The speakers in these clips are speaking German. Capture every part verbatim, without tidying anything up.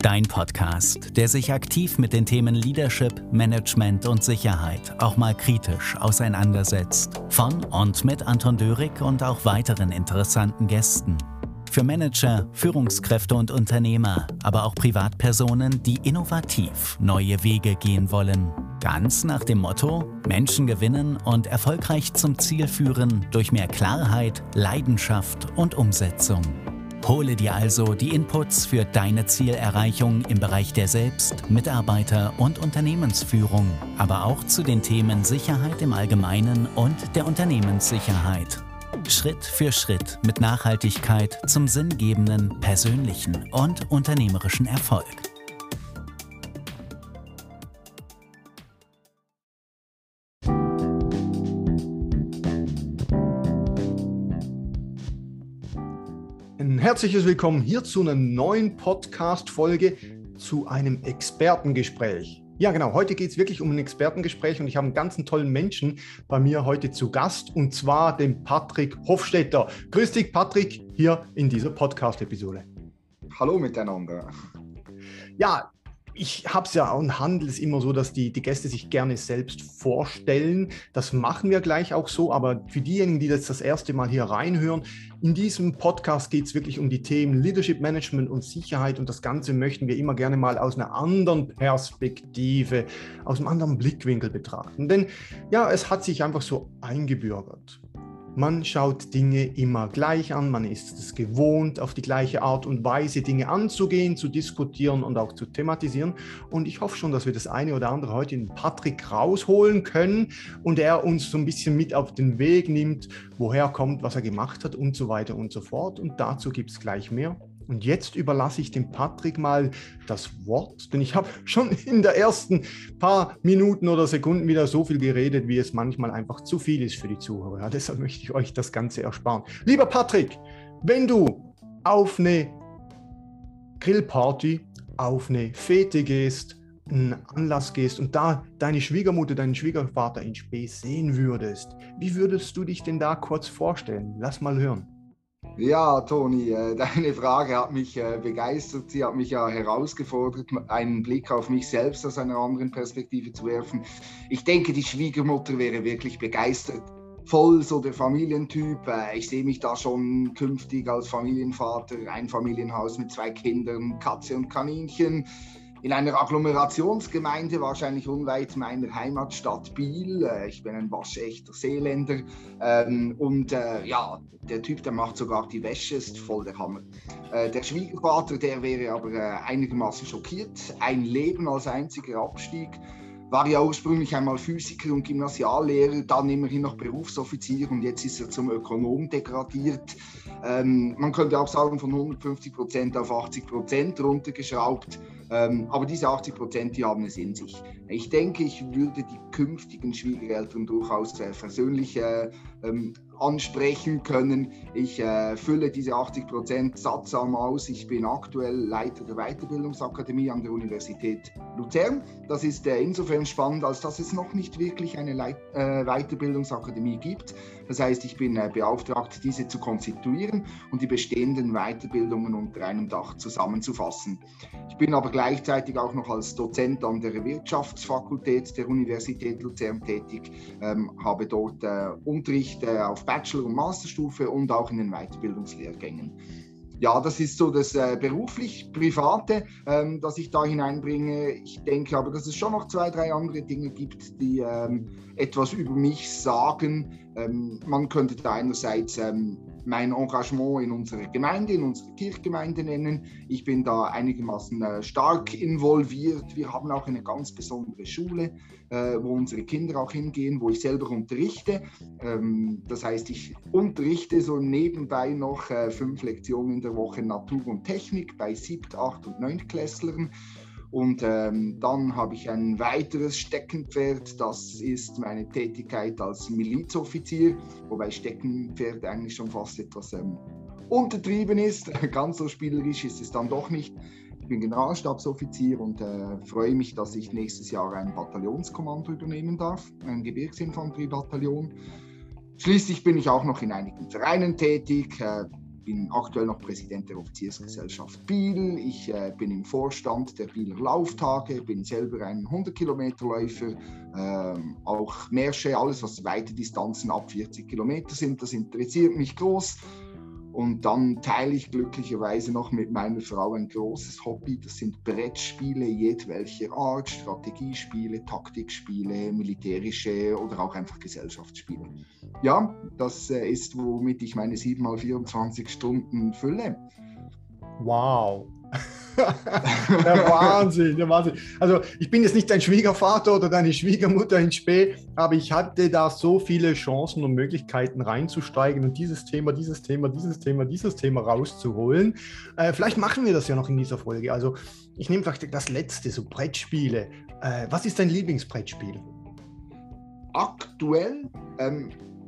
Dein Podcast, der sich aktiv mit den Themen Leadership, Management und Sicherheit auch mal kritisch auseinandersetzt. Von und mit Anton Dörig und auch weiteren interessanten Gästen. Für Manager, Führungskräfte und Unternehmer, aber auch Privatpersonen, die innovativ neue Wege gehen wollen. Ganz nach dem Motto: Menschen gewinnen und erfolgreich zum Ziel führen durch mehr Klarheit, Leidenschaft und Umsetzung. Hole dir also die Inputs für deine Zielerreichung im Bereich der Selbst-, Mitarbeiter- und Unternehmensführung, aber auch zu den Themen Sicherheit im Allgemeinen und der Unternehmenssicherheit. Schritt für Schritt mit Nachhaltigkeit zum sinngebenden, persönlichen und unternehmerischen Erfolg. Ein herzliches Willkommen hier zu einer neuen Podcast-Folge zu einem Expertengespräch. Ja, genau, heute geht es wirklich um ein Expertengespräch und ich habe einen ganz tollen Menschen bei mir heute zu Gast, und zwar den Patrick Hofstetter. Grüß dich, Patrick, hier in dieser Podcast-Episode. Hallo miteinander. Ja, ich habe es ja und handle es immer so, dass die, die Gäste sich gerne selbst vorstellen. Das machen wir gleich auch so, aber für diejenigen, die das das erste Mal hier reinhören, in diesem Podcast geht es wirklich um die Themen Leadership, Management und Sicherheit, und das Ganze möchten wir immer gerne mal aus einer anderen Perspektive, aus einem anderen Blickwinkel betrachten. Denn ja, es hat sich einfach so eingebürgert. Man schaut Dinge immer gleich an, man ist es gewohnt, auf die gleiche Art und Weise Dinge anzugehen, zu diskutieren und auch zu thematisieren. Und ich hoffe schon, dass wir das eine oder andere heute in Patrick rausholen können und er uns so ein bisschen mit auf den Weg nimmt, woher er kommt, was er gemacht hat und so weiter und so fort. Und dazu gibt es gleich mehr. Und jetzt überlasse ich dem Patrick mal das Wort, denn ich habe schon in der ersten paar Minuten oder Sekunden wieder so viel geredet, wie es manchmal einfach zu viel ist für die Zuhörer. Ja, deshalb möchte ich euch das Ganze ersparen. Lieber Patrick, wenn du auf eine Grillparty, auf eine Fete gehst, einen Anlass gehst und da deine Schwiegermutter, deinen Schwiegervater in Spee sehen würdest, wie würdest du dich denn da kurz vorstellen? Lass mal hören. Ja, Toni, deine Frage hat mich begeistert. Sie hat mich ja herausgefordert, einen Blick auf mich selbst aus einer anderen Perspektive zu werfen. Ich denke, die Schwiegermutter wäre wirklich begeistert. Voll so der Familientyp. Ich sehe mich da schon künftig als Familienvater, ein Familienhaus mit zwei Kindern, Katze und Kaninchen. In einer Agglomerationsgemeinde, wahrscheinlich unweit meiner Heimatstadt Biel. Ich bin ein waschechter Seeländer. Und äh, ja, der Typ, der macht sogar die Wäsche, ist voll der Hammer. Äh, der Schwiegervater, der wäre aber äh, einigermaßen schockiert. Ein Leben als einziger Abstieg. War ja ursprünglich einmal Physiker und Gymnasiallehrer, dann immerhin noch Berufsoffizier und jetzt ist er zum Ökonom degradiert. Ähm, man könnte auch sagen, von hundertfünfzig Prozent auf achtzig Prozent runtergeschraubt. Ähm, aber diese achtzig Prozent, die haben es in sich. Ich denke, ich würde die künftigen Schwiegereltern durchaus äh, versöhnlich äh, ähm, ansprechen können. Ich äh, fülle diese achtzig Prozent sattsam aus. Ich bin aktuell Leiter der Weiterbildungsakademie an der Universität Luzern. Das ist äh, insofern spannend, als dass es noch nicht wirklich eine Leit- äh, Weiterbildungsakademie gibt. Das heißt, ich bin äh, beauftragt, diese zu konstituieren und die bestehenden Weiterbildungen unter einem Dach zusammenzufassen. Ich bin aber gleichzeitig auch noch als Dozent an der Wirtschaftsfakultät der Universität Luzern tätig, ähm, habe dort äh, Unterricht äh, auf Bachelor- und Masterstufe und auch in den Weiterbildungslehrgängen. Ja, das ist so das äh, beruflich-private, ähm, das ich da hineinbringe. Ich denke aber, dass es schon noch zwei, drei andere Dinge gibt, die ähm, etwas über mich sagen. Ähm, man könnte da einerseits ähm, mein Engagement in unserer Gemeinde, in unserer Kirchgemeinde nennen. Ich bin da einigermaßen äh, stark involviert. Wir haben auch eine ganz besondere Schule, äh, wo unsere Kinder auch hingehen, wo ich selber unterrichte. Ähm, das heißt, ich unterrichte so nebenbei noch äh, fünf Lektionen in der Woche Natur und Technik bei Siebt-, Acht- und Neuntklässlern. Und ähm, dann habe ich ein weiteres Steckenpferd, das ist meine Tätigkeit als Milizoffizier, wobei Steckenpferd eigentlich schon fast etwas ähm, untertrieben ist. Ganz so spielerisch ist es dann doch nicht. Ich bin Generalstabsoffizier und äh, freue mich, dass ich nächstes Jahr ein Bataillonskommando übernehmen darf, ein Gebirgsinfanteriebataillon. Schließlich bin ich auch noch in einigen Vereinen tätig, äh, bin aktuell noch Präsident der Offiziersgesellschaft Biel. Ich äh, bin im Vorstand der Bieler Lauftage, bin selber ein hundert-Kilometer-Läufer, ähm, auch Märsche, alles was weite Distanzen ab vierzig Kilometer sind, das interessiert mich groß. Und dann teile ich glücklicherweise noch mit meiner Frau ein großes Hobby. Das sind Brettspiele jedwelcher Art, Strategiespiele, Taktikspiele, militärische oder auch einfach Gesellschaftsspiele. Ja, das ist, womit ich meine sieben mal vierundzwanzig Stunden fülle. Wow. Der Wahnsinn, der Wahnsinn. Also ich bin jetzt nicht dein Schwiegervater oder deine Schwiegermutter in Spe, aber ich hatte da so viele Chancen und Möglichkeiten reinzusteigen und dieses Thema, dieses Thema, dieses Thema, dieses Thema rauszuholen. Äh, vielleicht machen wir das ja noch in dieser Folge. Also ich nehme vielleicht das letzte, so Brettspiele. Äh, was ist dein Lieblingsbrettspiel? Aktuell? Ähm,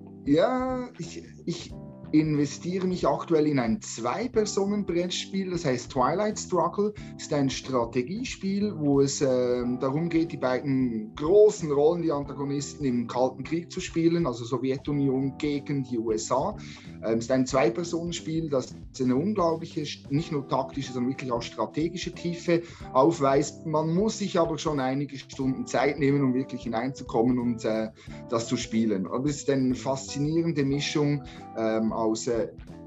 ja, ich... ich investiere mich aktuell in ein Zwei-Personen-Brettspiel, das heißt Twilight Struggle. Das ist ein Strategiespiel, wo es äh, darum geht, die beiden großen Rollen, die Antagonisten im Kalten Krieg zu spielen, also Sowjetunion gegen die U S A. Ähm, es ist ein Zwei-Personen-Spiel, das eine unglaubliche, nicht nur taktische, sondern wirklich auch strategische Tiefe aufweist. Man muss sich aber schon einige Stunden Zeit nehmen, um wirklich hineinzukommen und äh, das zu spielen. Aber es ist eine faszinierende Mischung ähm, aus äh,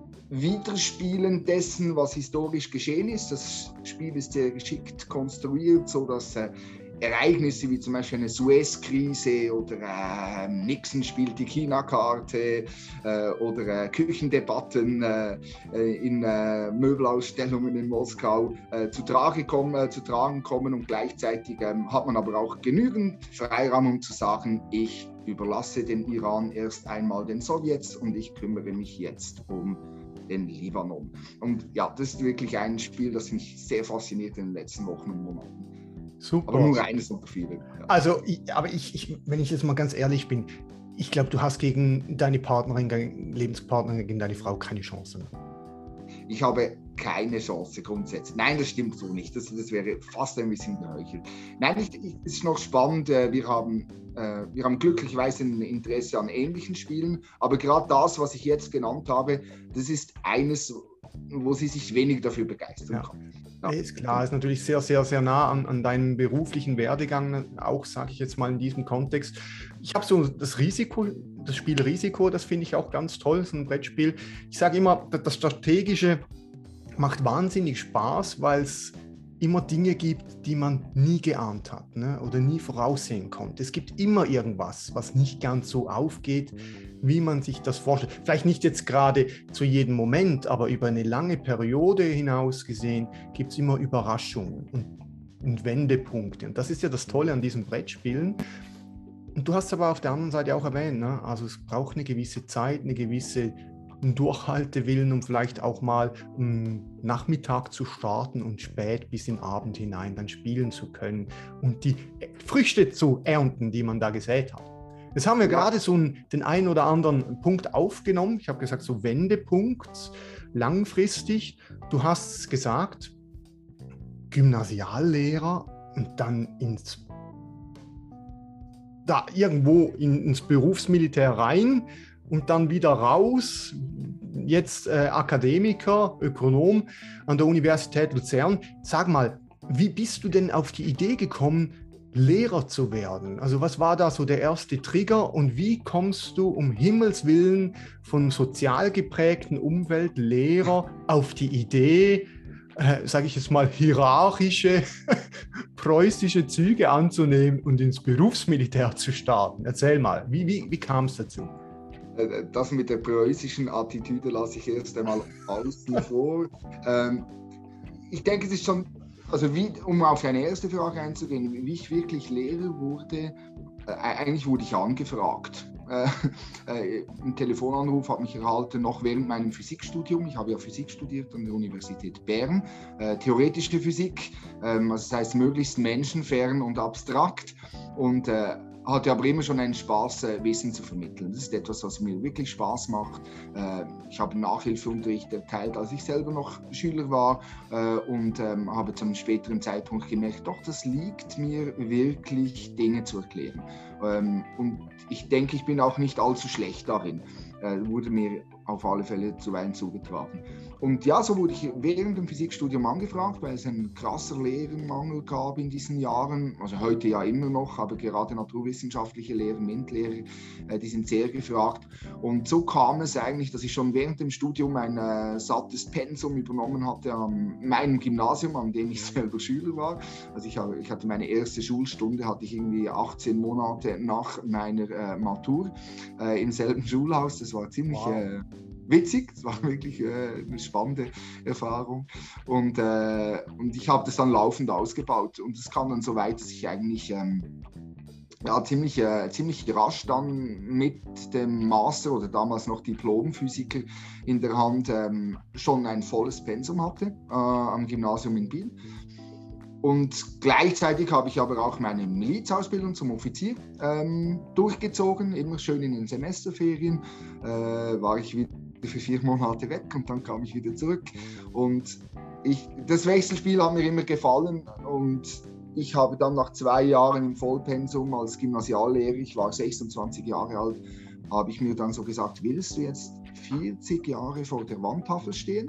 Widerspielen dessen, was historisch geschehen ist. Das Spiel ist sehr geschickt konstruiert, sodass äh, Ereignisse wie zum Beispiel eine Suez-Krise oder äh, Nixon spielt die China-Karte äh, oder äh, Küchendebatten äh, in äh, Möbelausstellungen in Moskau äh, zu, Trage kommen, äh, zu tragen kommen und gleichzeitig äh, hat man aber auch genügend Freiraum, um zu sagen, ich überlasse den Iran erst einmal den Sowjets und ich kümmere mich jetzt um den Libanon. Und ja, das ist wirklich ein Spiel, das mich sehr fasziniert in den letzten Wochen und Monaten. Super. Aber nur eines unter vielen. Ja. Also, ich, aber ich, ich, wenn ich jetzt mal ganz ehrlich bin, ich glaube, du hast gegen deine Partnerin, deine Lebenspartnerin, gegen deine Frau keine Chance mehr. Ich habe keine Chance grundsätzlich. Nein, das stimmt so nicht. Das, das wäre fast ein bisschen geheuchelt. Nein, es ist noch spannend. Wir haben, äh, wir haben glücklicherweise ein Interesse an ähnlichen Spielen. Aber gerade das, was ich jetzt genannt habe, das ist eines, wo sie sich wenig dafür begeistern ja. kann. Ja. Ist klar, ist natürlich sehr, sehr, sehr nah an, an deinem beruflichen Werdegang, auch sage ich jetzt mal in diesem Kontext. Ich habe so das Risiko, das Spiel Risiko, das finde ich auch ganz toll, so ein Brettspiel. Ich sage immer, das Strategische macht wahnsinnig Spaß, weil es immer Dinge gibt, die man nie geahnt hat, ne, oder nie voraussehen konnte. Es gibt immer irgendwas, was nicht ganz so aufgeht, wie man sich das vorstellt. Vielleicht nicht jetzt gerade zu jedem Moment, aber über eine lange Periode hinaus gesehen, gibt es immer Überraschungen und, und Wendepunkte. Und das ist ja das Tolle an diesen Brettspielen. Und du hast aber auf der anderen Seite auch erwähnt, ne, also es braucht eine gewisse Zeit, eine gewisse Durchhaltewillen, um vielleicht auch mal am Nachmittag zu starten und spät bis in den Abend hinein dann spielen zu können und die Früchte zu ernten, die man da gesät hat. Jetzt haben wir gerade so einen, den einen oder anderen Punkt aufgenommen. Ich habe gesagt, so Wendepunkt, langfristig. Du hast gesagt, Gymnasiallehrer und dann ins, da irgendwo in, ins Berufsmilitär rein und dann wieder raus, jetzt äh, Akademiker, Ökonom an der Universität Luzern. Sag mal, wie bist du denn auf die Idee gekommen, Lehrer zu werden? Also was war da so der erste Trigger und wie kommst du um Himmels Willen von sozial geprägten Umwelt Lehrer auf die Idee, äh, sage ich jetzt mal, hierarchische, preußische Züge anzunehmen und ins Berufsmilitär zu starten? Erzähl mal, wie, wie, wie kam es dazu? Das mit der preußischen Attitüde lasse ich erst einmal außen vor. Ähm, ich denke, es ist schon, also wie, um auf deine erste Frage einzugehen, wie ich wirklich Lehrer wurde, äh, eigentlich wurde ich angefragt. Äh, äh, ein Telefonanruf hat mich erhalten, noch während meinem Physikstudium. Ich habe ja Physik studiert an der Universität Bern, äh, theoretische Physik, ähm, also das heißt möglichst menschenfern und abstrakt. Und äh, hatte aber immer schon einen Spaß, äh, Wissen zu vermitteln. Das ist etwas, was mir wirklich Spaß macht. Äh, ich habe Nachhilfeunterricht erteilt, als ich selber noch Schüler war äh, und ähm, habe zu einem späteren Zeitpunkt gemerkt, doch, das liegt mir wirklich, Dinge zu erklären. Ähm, und ich denke, ich bin auch nicht allzu schlecht darin. äh, wurde mir auf alle Fälle zuweilen zugetragen. Und ja, so wurde ich während dem Physikstudium angefragt, weil es einen krasser Lehrermangel gab in diesen Jahren, also heute ja immer noch, aber gerade naturwissenschaftliche Lehrer, MINT-Lehrer, äh, die sind sehr gefragt. Und so kam es eigentlich, dass ich schon während dem Studium ein äh, sattes Pensum übernommen hatte an meinem Gymnasium, an dem ich selber Schüler war. Also ich, habe, ich hatte meine erste Schulstunde, hatte ich irgendwie achtzehn Monate nach meiner äh, Matur äh, im selben Schulhaus. Das war ziemlich... Wow. Äh, witzig, es war wirklich äh, eine spannende Erfahrung und, äh, und ich habe das dann laufend ausgebaut und es kam dann so weit, dass ich eigentlich ähm, ja, ziemlich, äh, ziemlich rasch dann mit dem Master oder damals noch Diplomphysiker in der Hand ähm, schon ein volles Pensum hatte äh, am Gymnasium in Biel. Und gleichzeitig habe ich aber auch meine Milizausbildung zum Offizier ähm, durchgezogen, immer schön in den Semesterferien, äh, war ich wieder für vier Monate weg und dann kam ich wieder zurück. Und ich, das Wechselspiel hat mir immer gefallen und ich habe dann nach zwei Jahren im Vollpensum als Gymnasiallehrer, ich war sechsundzwanzig Jahre alt, habe ich mir dann so gesagt, willst du jetzt vierzig Jahre vor der Wandtafel stehen?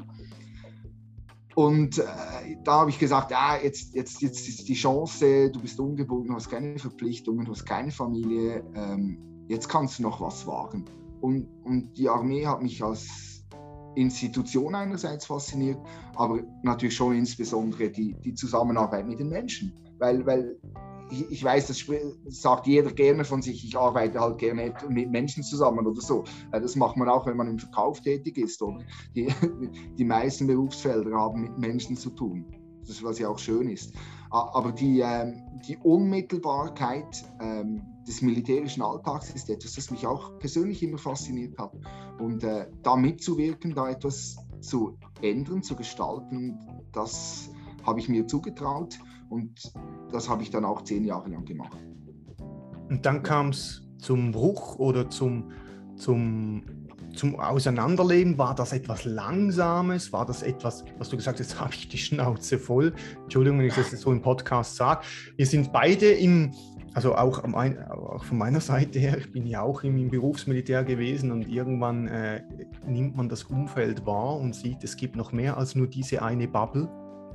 Und äh, da habe ich gesagt, ja, jetzt, jetzt, jetzt ist die Chance, du bist ungebunden, du hast keine Verpflichtungen, du hast keine Familie, ähm, jetzt kannst du noch was wagen. Und, und die Armee hat mich als Institution einerseits fasziniert, aber natürlich schon insbesondere die, die Zusammenarbeit mit den Menschen. Weil, weil ich, ich weiß, das sagt jeder gerne von sich, ich arbeite halt gerne mit Menschen zusammen oder so. Das macht man auch, wenn man im Verkauf tätig ist. Oder? Die, die meisten Berufsfelder haben mit Menschen zu tun. Das ist, was ja auch schön ist. Aber die, die Unmittelbarkeit des militärischen Alltags ist etwas, das mich auch persönlich immer fasziniert hat. Und äh, da mitzuwirken, da etwas zu ändern, zu gestalten, das habe ich mir zugetraut und das habe ich dann auch zehn Jahre lang gemacht. Und dann kam es zum Bruch oder zum, zum, zum Auseinanderleben. War das etwas Langsames? War das etwas, was du gesagt hast, jetzt habe ich die Schnauze voll? Entschuldigung, wenn ich das so im Podcast sage. Wir sind beide im... Also auch, auch von meiner Seite her, ich bin ja auch im Berufsmilitär gewesen und irgendwann äh, nimmt man das Umfeld wahr und sieht, es gibt noch mehr als nur diese eine Bubble.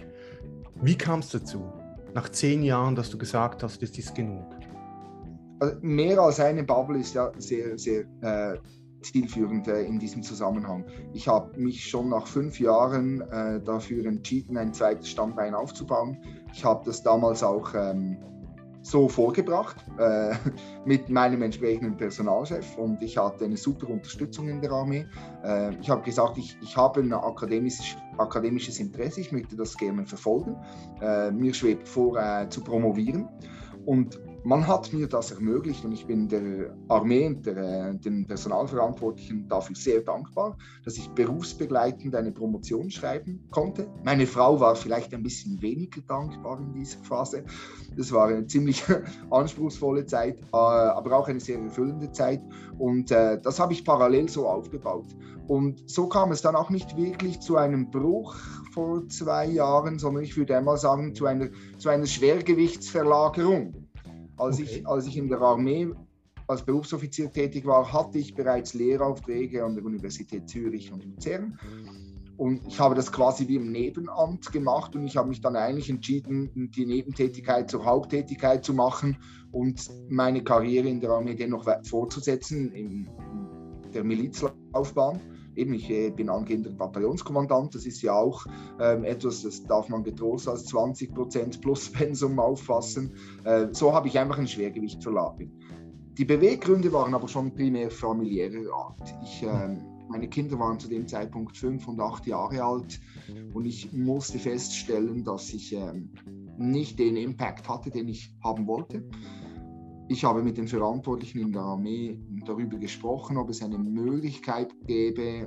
Wie kam es dazu, nach zehn Jahren, dass du gesagt hast, das ist genug? Also mehr als eine Bubble ist ja sehr, sehr äh, zielführend äh, in diesem Zusammenhang. Ich habe mich schon nach fünf Jahren äh, dafür entschieden, ein zweites Standbein aufzubauen. Ich habe das damals auch ähm, so vorgebracht äh, mit meinem entsprechenden Personalchef und ich hatte eine super Unterstützung in der Armee. Äh, ich habe gesagt, ich, ich habe ein akademisches, akademisches Interesse, ich möchte das gerne verfolgen. Äh, mir schwebt vor, äh, zu promovieren und man hat mir das ermöglicht und ich bin der Armee und der, den Personalverantwortlichen dafür sehr dankbar, dass ich berufsbegleitend eine Promotion schreiben konnte. Meine Frau war vielleicht ein bisschen weniger dankbar in dieser Phase. Das war eine ziemlich anspruchsvolle Zeit, aber auch eine sehr erfüllende Zeit und das habe ich parallel so aufgebaut. Und so kam es dann auch nicht wirklich zu einem Bruch vor zwei Jahren, sondern ich würde einmal sagen, zu einer, zu einer Schwergewichtsverlagerung. Als, okay. ich, als ich in der Armee als Berufsoffizier tätig war, hatte ich bereits Lehraufträge an der Universität Zürich und Luzern. Und ich habe das quasi wie im Nebenamt gemacht und ich habe mich dann eigentlich entschieden, die Nebentätigkeit zur Haupttätigkeit zu machen und meine Karriere in der Armee dennoch fortzusetzen in der Milizlaufbahn. Eben, ich bin angehender Bataillonskommandant, das ist ja auch ähm, etwas, das darf man getrost als zwanzig Prozent plus Pensum auffassen. Äh, so habe ich einfach ein Schwergewicht verlagert. Die Beweggründe waren aber schon primär familiärer Art. Ich, äh, meine Kinder waren zu dem Zeitpunkt fünf und acht Jahre alt und ich musste feststellen, dass ich äh, nicht den Impact hatte, den ich haben wollte. Ich habe mit den Verantwortlichen in der Armee darüber gesprochen, ob es eine Möglichkeit gäbe,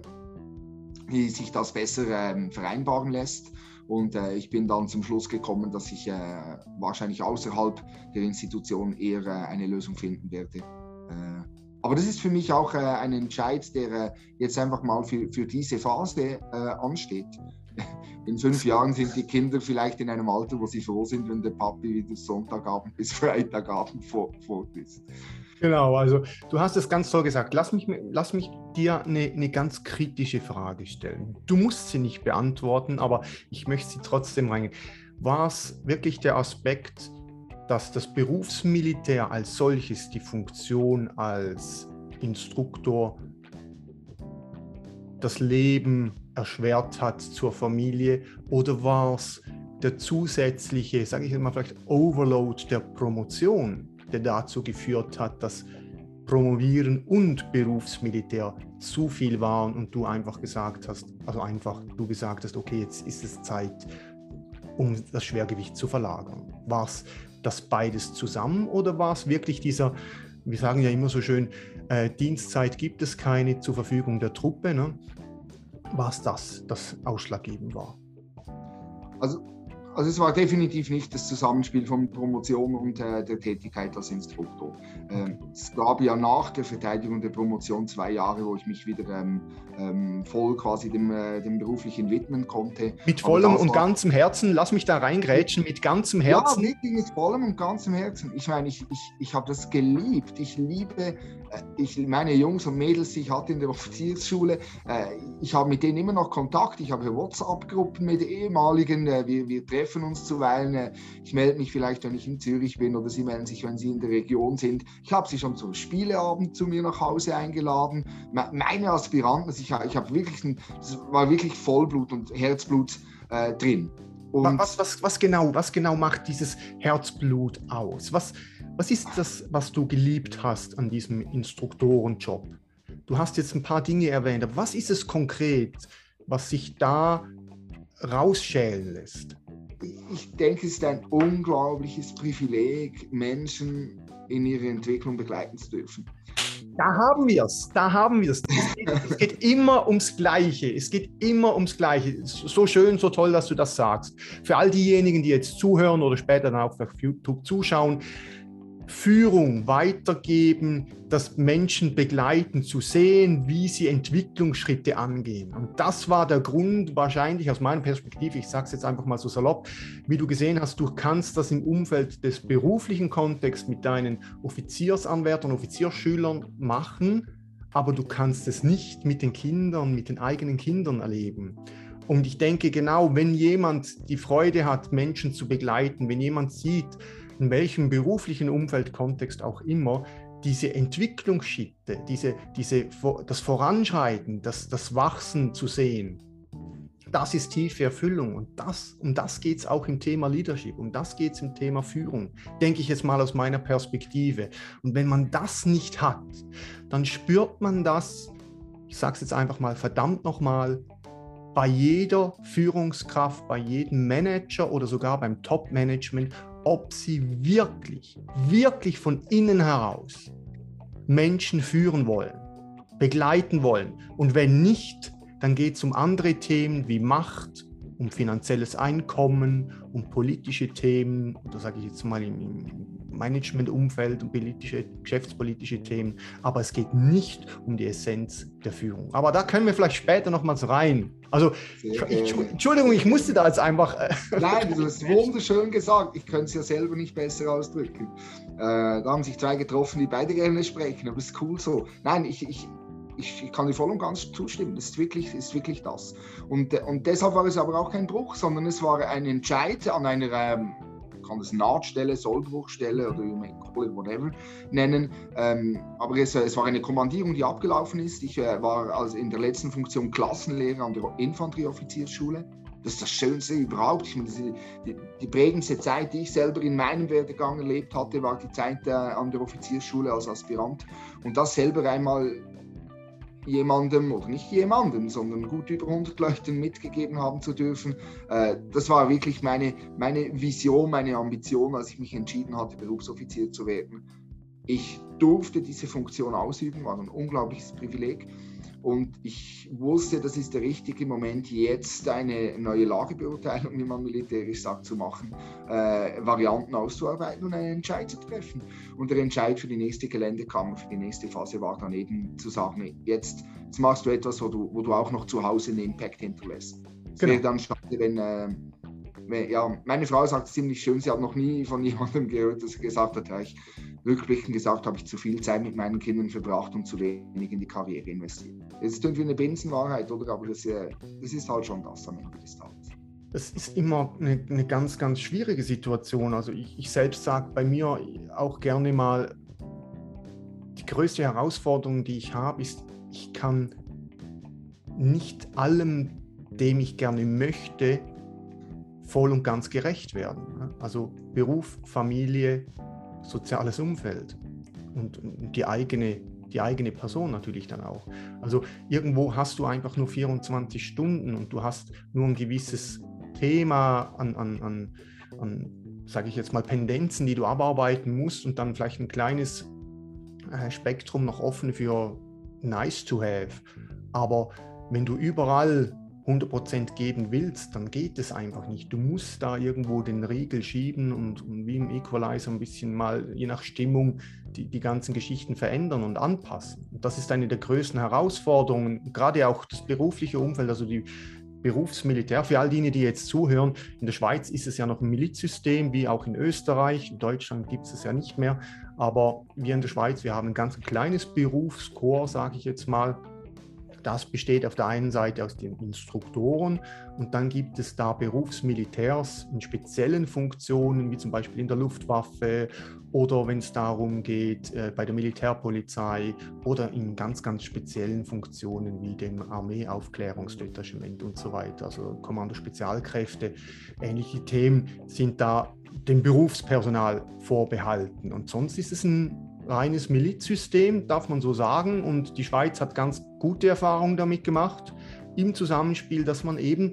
wie sich das besser äh, vereinbaren lässt. Und äh, ich bin dann zum Schluss gekommen, dass ich äh, wahrscheinlich außerhalb der Institution eher äh, eine Lösung finden werde. Äh, aber das ist für mich auch äh, ein Entscheid, der äh, jetzt einfach mal für, für diese Phase äh, ansteht. In fünf Jahren sind die Kinder vielleicht in einem Alter, wo sie froh sind, wenn der Papi wieder Sonntagabend bis Freitagabend fort ist. Genau, also du hast es ganz toll gesagt. Lass mich, lass mich dir eine, eine ganz kritische Frage stellen. Du musst sie nicht beantworten, aber ich möchte sie trotzdem reingehen. War es wirklich der Aspekt, dass das Berufsmilitär als solches die Funktion als Instruktor das Leben erschwert hat zur Familie, oder war es der zusätzliche, sage ich mal vielleicht Overload der Promotion, der dazu geführt hat, dass Promovieren und Berufsmilitär zu viel waren und du einfach gesagt hast, also einfach du gesagt hast, okay, jetzt ist es Zeit, um das Schwergewicht zu verlagern. War es das beides zusammen oder war es wirklich dieser, wir sagen ja immer so schön, äh, Dienstzeit gibt es keine zur Verfügung der Truppe, ne? War es das, das ausschlaggebend war? Also Also es war definitiv nicht das Zusammenspiel von Promotion und äh, der Tätigkeit als Instruktor. Ähm, es gab ja nach der Verteidigung der Promotion zwei Jahre, wo ich mich wieder ähm, ähm, voll quasi dem, äh, dem Beruflichen widmen konnte. Mit vollem und ganzem Herzen, lass mich da reingrätschen, mit ganzem Herzen. Ja, wirklich mit vollem und ganzem Herzen. Ich meine, ich, ich, ich habe das geliebt. Ich liebe äh, ich, meine Jungs und Mädels, die ich hatte in der Offiziersschule. Äh, ich habe mit denen immer noch Kontakt. Ich habe WhatsApp-Gruppen mit ehemaligen, äh, wir, wir treffen uns zuweilen. Ich melde mich vielleicht, wenn ich in Zürich bin, oder sie melden sich, wenn sie in der Region sind. Ich habe sie schon zum Spieleabend zu mir nach Hause eingeladen. Meine Aspiranten, also ich, ich habe wirklich, ein, das war wirklich Vollblut und Herzblut äh, drin. Und was, was, was, genau, was genau macht dieses Herzblut aus? Was, was ist das, was du geliebt hast an diesem Instruktorenjob? Du hast jetzt ein paar Dinge erwähnt, aber was ist es konkret, was sich da rausschälen lässt? Ich denke, es ist ein unglaubliches Privileg, Menschen in ihrer Entwicklung begleiten zu dürfen. Da haben wir es, da haben wir es. Es geht immer ums Gleiche, es geht immer ums Gleiche. So schön, so toll, dass du das sagst. Für all diejenigen, die jetzt zuhören oder später dann auch auf YouTube zuschauen, Führung weitergeben, das Menschen begleiten, zu sehen, wie sie Entwicklungsschritte angehen. Und das war der Grund wahrscheinlich aus meiner Perspektive, ich sage es jetzt einfach mal so salopp, wie du gesehen hast, du kannst das im Umfeld des beruflichen Kontexts mit deinen Offiziersanwärtern, Offiziersschülern machen, aber du kannst es nicht mit den Kindern, mit den eigenen Kindern erleben. Und ich denke genau, wenn jemand die Freude hat, Menschen zu begleiten, wenn jemand sieht, in welchem beruflichen Umfeld, Kontext auch immer, diese Entwicklungsschritte, diese, diese, das Voranschreiten, das, das Wachsen zu sehen, das ist tiefe Erfüllung. Und das, um das geht es auch im Thema Leadership, um das geht es im Thema Führung, denke ich jetzt mal aus meiner Perspektive. Und wenn man das nicht hat, dann spürt man das, ich sage es jetzt einfach mal verdammt nochmal, bei jeder Führungskraft, bei jedem Manager oder sogar beim Top-Management, ob sie wirklich, wirklich von innen heraus Menschen führen wollen, begleiten wollen. Und wenn nicht, dann geht es um andere Themen wie Macht, um finanzielles Einkommen, um politische Themen, oder sage ich jetzt mal im Managementumfeld und politische, geschäftspolitische Themen. Aber es geht nicht um die Essenz der Führung. Aber da können wir vielleicht später nochmals rein. Also, ich, ich, Entschuldigung, ich musste da jetzt einfach... Äh, Nein, du hast wunderschön gesagt. Ich könnte es ja selber nicht besser ausdrücken. Äh, da haben sich zwei getroffen, die beide gerne sprechen, aber es ist cool so. Nein, ich... ich Ich kann dir voll und ganz zustimmen, das ist wirklich, ist wirklich das. Und, und deshalb war es aber auch kein Bruch, sondern es war ein Entscheid an einer, ähm, man kann das Nahtstelle, Sollbruchstelle oder whatever nennen, ähm, aber es, es war eine Kommandierung, die abgelaufen ist. Ich äh, war also in der letzten Funktion Klassenlehrer an der Infanterieoffiziersschule. Das ist das Schönste überhaupt. Ich meine, die, die prägendste Zeit, die ich selber in meinem Werdegang erlebt hatte, war die Zeit äh, an der Offiziersschule als Aspirant. Und das selber einmal jemandem, oder nicht jemandem, sondern gut über hundert Leuten mitgegeben haben zu dürfen. Äh, das war wirklich meine, meine Vision, meine Ambition, als ich mich entschieden hatte, Berufsoffizier zu werden. Ich durfte diese Funktion ausüben, war ein unglaubliches Privileg. Und ich wusste, das ist der richtige Moment, jetzt eine neue Lagebeurteilung, wie man militärisch sagt, zu machen, äh, Varianten auszuarbeiten und einen Entscheid zu treffen. Und der Entscheid für die nächste Geländekammer, für die nächste Phase war dann eben zu sagen, jetzt, jetzt machst du etwas, wo du, wo du auch noch zu Hause einen Impact hinterlässt. Es genau. wäre dann schade, wenn, äh, wenn, ja, meine Frau sagt es ziemlich schön, sie hat noch nie von jemandem gehört, dass er gesagt hat, ja, ich, rückblickend gesagt, habe ich zu viel Zeit mit meinen Kindern verbracht und zu wenig in die Karriere investiert. Das ist irgendwie eine Binsenwahrheit, oder? Aber das, das ist halt schon das am Ende des Tages. Das ist immer eine, eine ganz, ganz schwierige Situation. Also ich, ich selbst sage bei mir auch gerne mal, die größte Herausforderung, die ich habe, ist, ich kann nicht allem, dem ich gerne möchte, voll und ganz gerecht werden. Also Beruf, Familie, soziales Umfeld und die eigene, die eigene Person natürlich dann auch. Also irgendwo hast du einfach nur vierundzwanzig Stunden und du hast nur ein gewisses Thema an, an, an, an sage ich jetzt mal, Pendenzen, die du abarbeiten musst und dann vielleicht ein kleines äh, Spektrum noch offen für nice to have. Aber wenn du überall hundert Prozent geben willst, dann geht es einfach nicht. Du musst da irgendwo den Riegel schieben und, und wie im Equalizer ein bisschen mal, je nach Stimmung, die, die ganzen Geschichten verändern und anpassen. Und das ist eine der größten Herausforderungen, gerade auch das berufliche Umfeld, also die Berufsmilitär. Für all diejenigen, die jetzt zuhören, in der Schweiz ist es ja noch ein Milizsystem, wie auch in Österreich. In Deutschland gibt es es ja nicht mehr. Aber wir in der Schweiz, wir haben ein ganz kleines Berufskorps, sage ich jetzt mal. Das besteht auf der einen Seite aus den Instruktoren und dann gibt es da Berufsmilitärs in speziellen Funktionen, wie zum Beispiel in der Luftwaffe oder wenn es darum geht, äh, bei der Militärpolizei oder in ganz, ganz speziellen Funktionen wie dem Armeeaufklärungsdetachement und so weiter, also Kommando Spezialkräfte. Ähnliche Themen sind da dem Berufspersonal vorbehalten und sonst ist es ein reines Milizsystem, darf man so sagen, und die Schweiz hat ganz gute Erfahrungen damit gemacht, im Zusammenspiel, dass man eben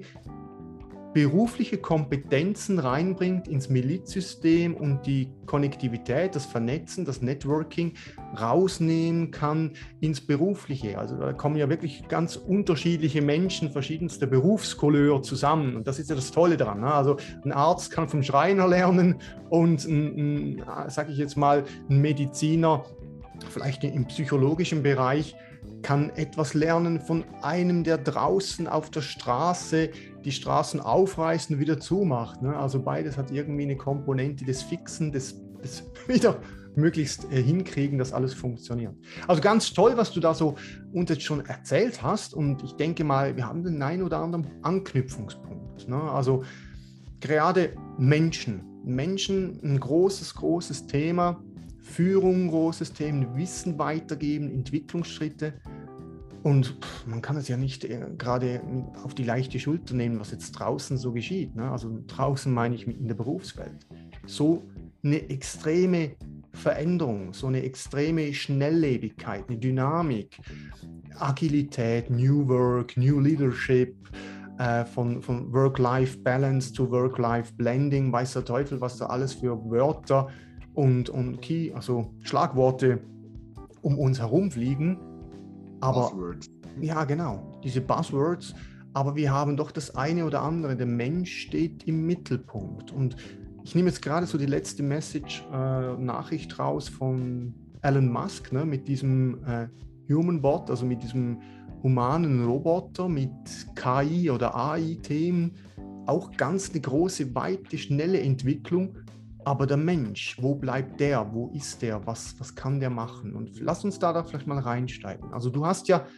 berufliche Kompetenzen reinbringt ins Milizsystem und die Konnektivität, das Vernetzen, das Networking rausnehmen kann ins Berufliche. Also da kommen ja wirklich ganz unterschiedliche Menschen verschiedenster Berufskolleur zusammen und das ist ja das Tolle daran. Ne? Also ein Arzt kann vom Schreiner lernen und ein, ein sage ich jetzt mal, ein Mediziner vielleicht im psychologischen Bereich kann etwas lernen von einem, der draußen auf der Straße die Straßen aufreißt und wieder zumacht. Ne? Also beides hat irgendwie eine Komponente des Fixen, des, des wieder möglichst äh, hinkriegen, dass alles funktioniert. Also ganz toll, was du da so uns jetzt schon erzählt hast und ich denke mal, wir haben den einen oder anderen Anknüpfungspunkt. Ne? Also gerade Menschen, Menschen ein großes, großes Thema, Führung, großes Thema, Wissen weitergeben, Entwicklungsschritte. Und man kann es ja nicht äh, gerade auf die leichte Schulter nehmen, was jetzt draußen so geschieht. Ne? Also draußen meine ich in der Berufswelt. So eine extreme Veränderung, so eine extreme Schnelllebigkeit, eine Dynamik, Agilität, New Work, New Leadership, äh, von, von Work-Life-Balance zu Work-Life-Blending, weiß der Teufel, was da alles für Wörter und, und Key, also Schlagworte um uns herum fliegen. Aber, Buzzwords. Ja, genau, diese Buzzwords, aber wir haben doch das eine oder andere, der Mensch steht im Mittelpunkt. Und ich nehme jetzt gerade so die letzte Message, äh, Nachricht raus von Elon Musk, ne, mit diesem äh, Human Bot, also mit diesem humanen Roboter, mit K I oder A I-Themen, auch ganz eine große, weite, schnelle Entwicklung. Aber der Mensch, wo bleibt der? Wo ist der? Was, was kann der machen? Und lass uns da, da vielleicht mal reinsteigen. Also du hast ja,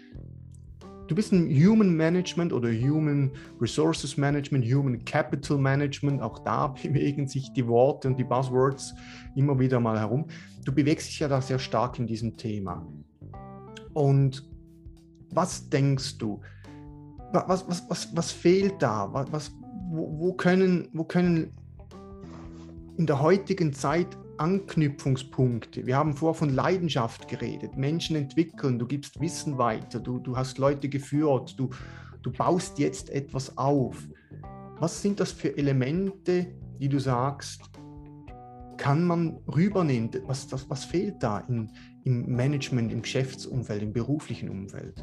du bist ein Human Management oder Human Resources Management, Human Capital Management. Auch da bewegen sich die Worte und die Buzzwords immer wieder mal herum. Du bewegst dich ja da sehr stark in diesem Thema. Und was denkst du? Was, was, was, was fehlt da? Was, wo, wo können, wo können in der heutigen Zeit Anknüpfungspunkte. Wir haben vorher von Leidenschaft geredet, Menschen entwickeln, du gibst Wissen weiter, du, du hast Leute geführt, du, du baust jetzt etwas auf. Was sind das für Elemente, die du sagst, kann man rübernehmen? Was, das, was fehlt da in, im Management, im Geschäftsumfeld, im beruflichen Umfeld?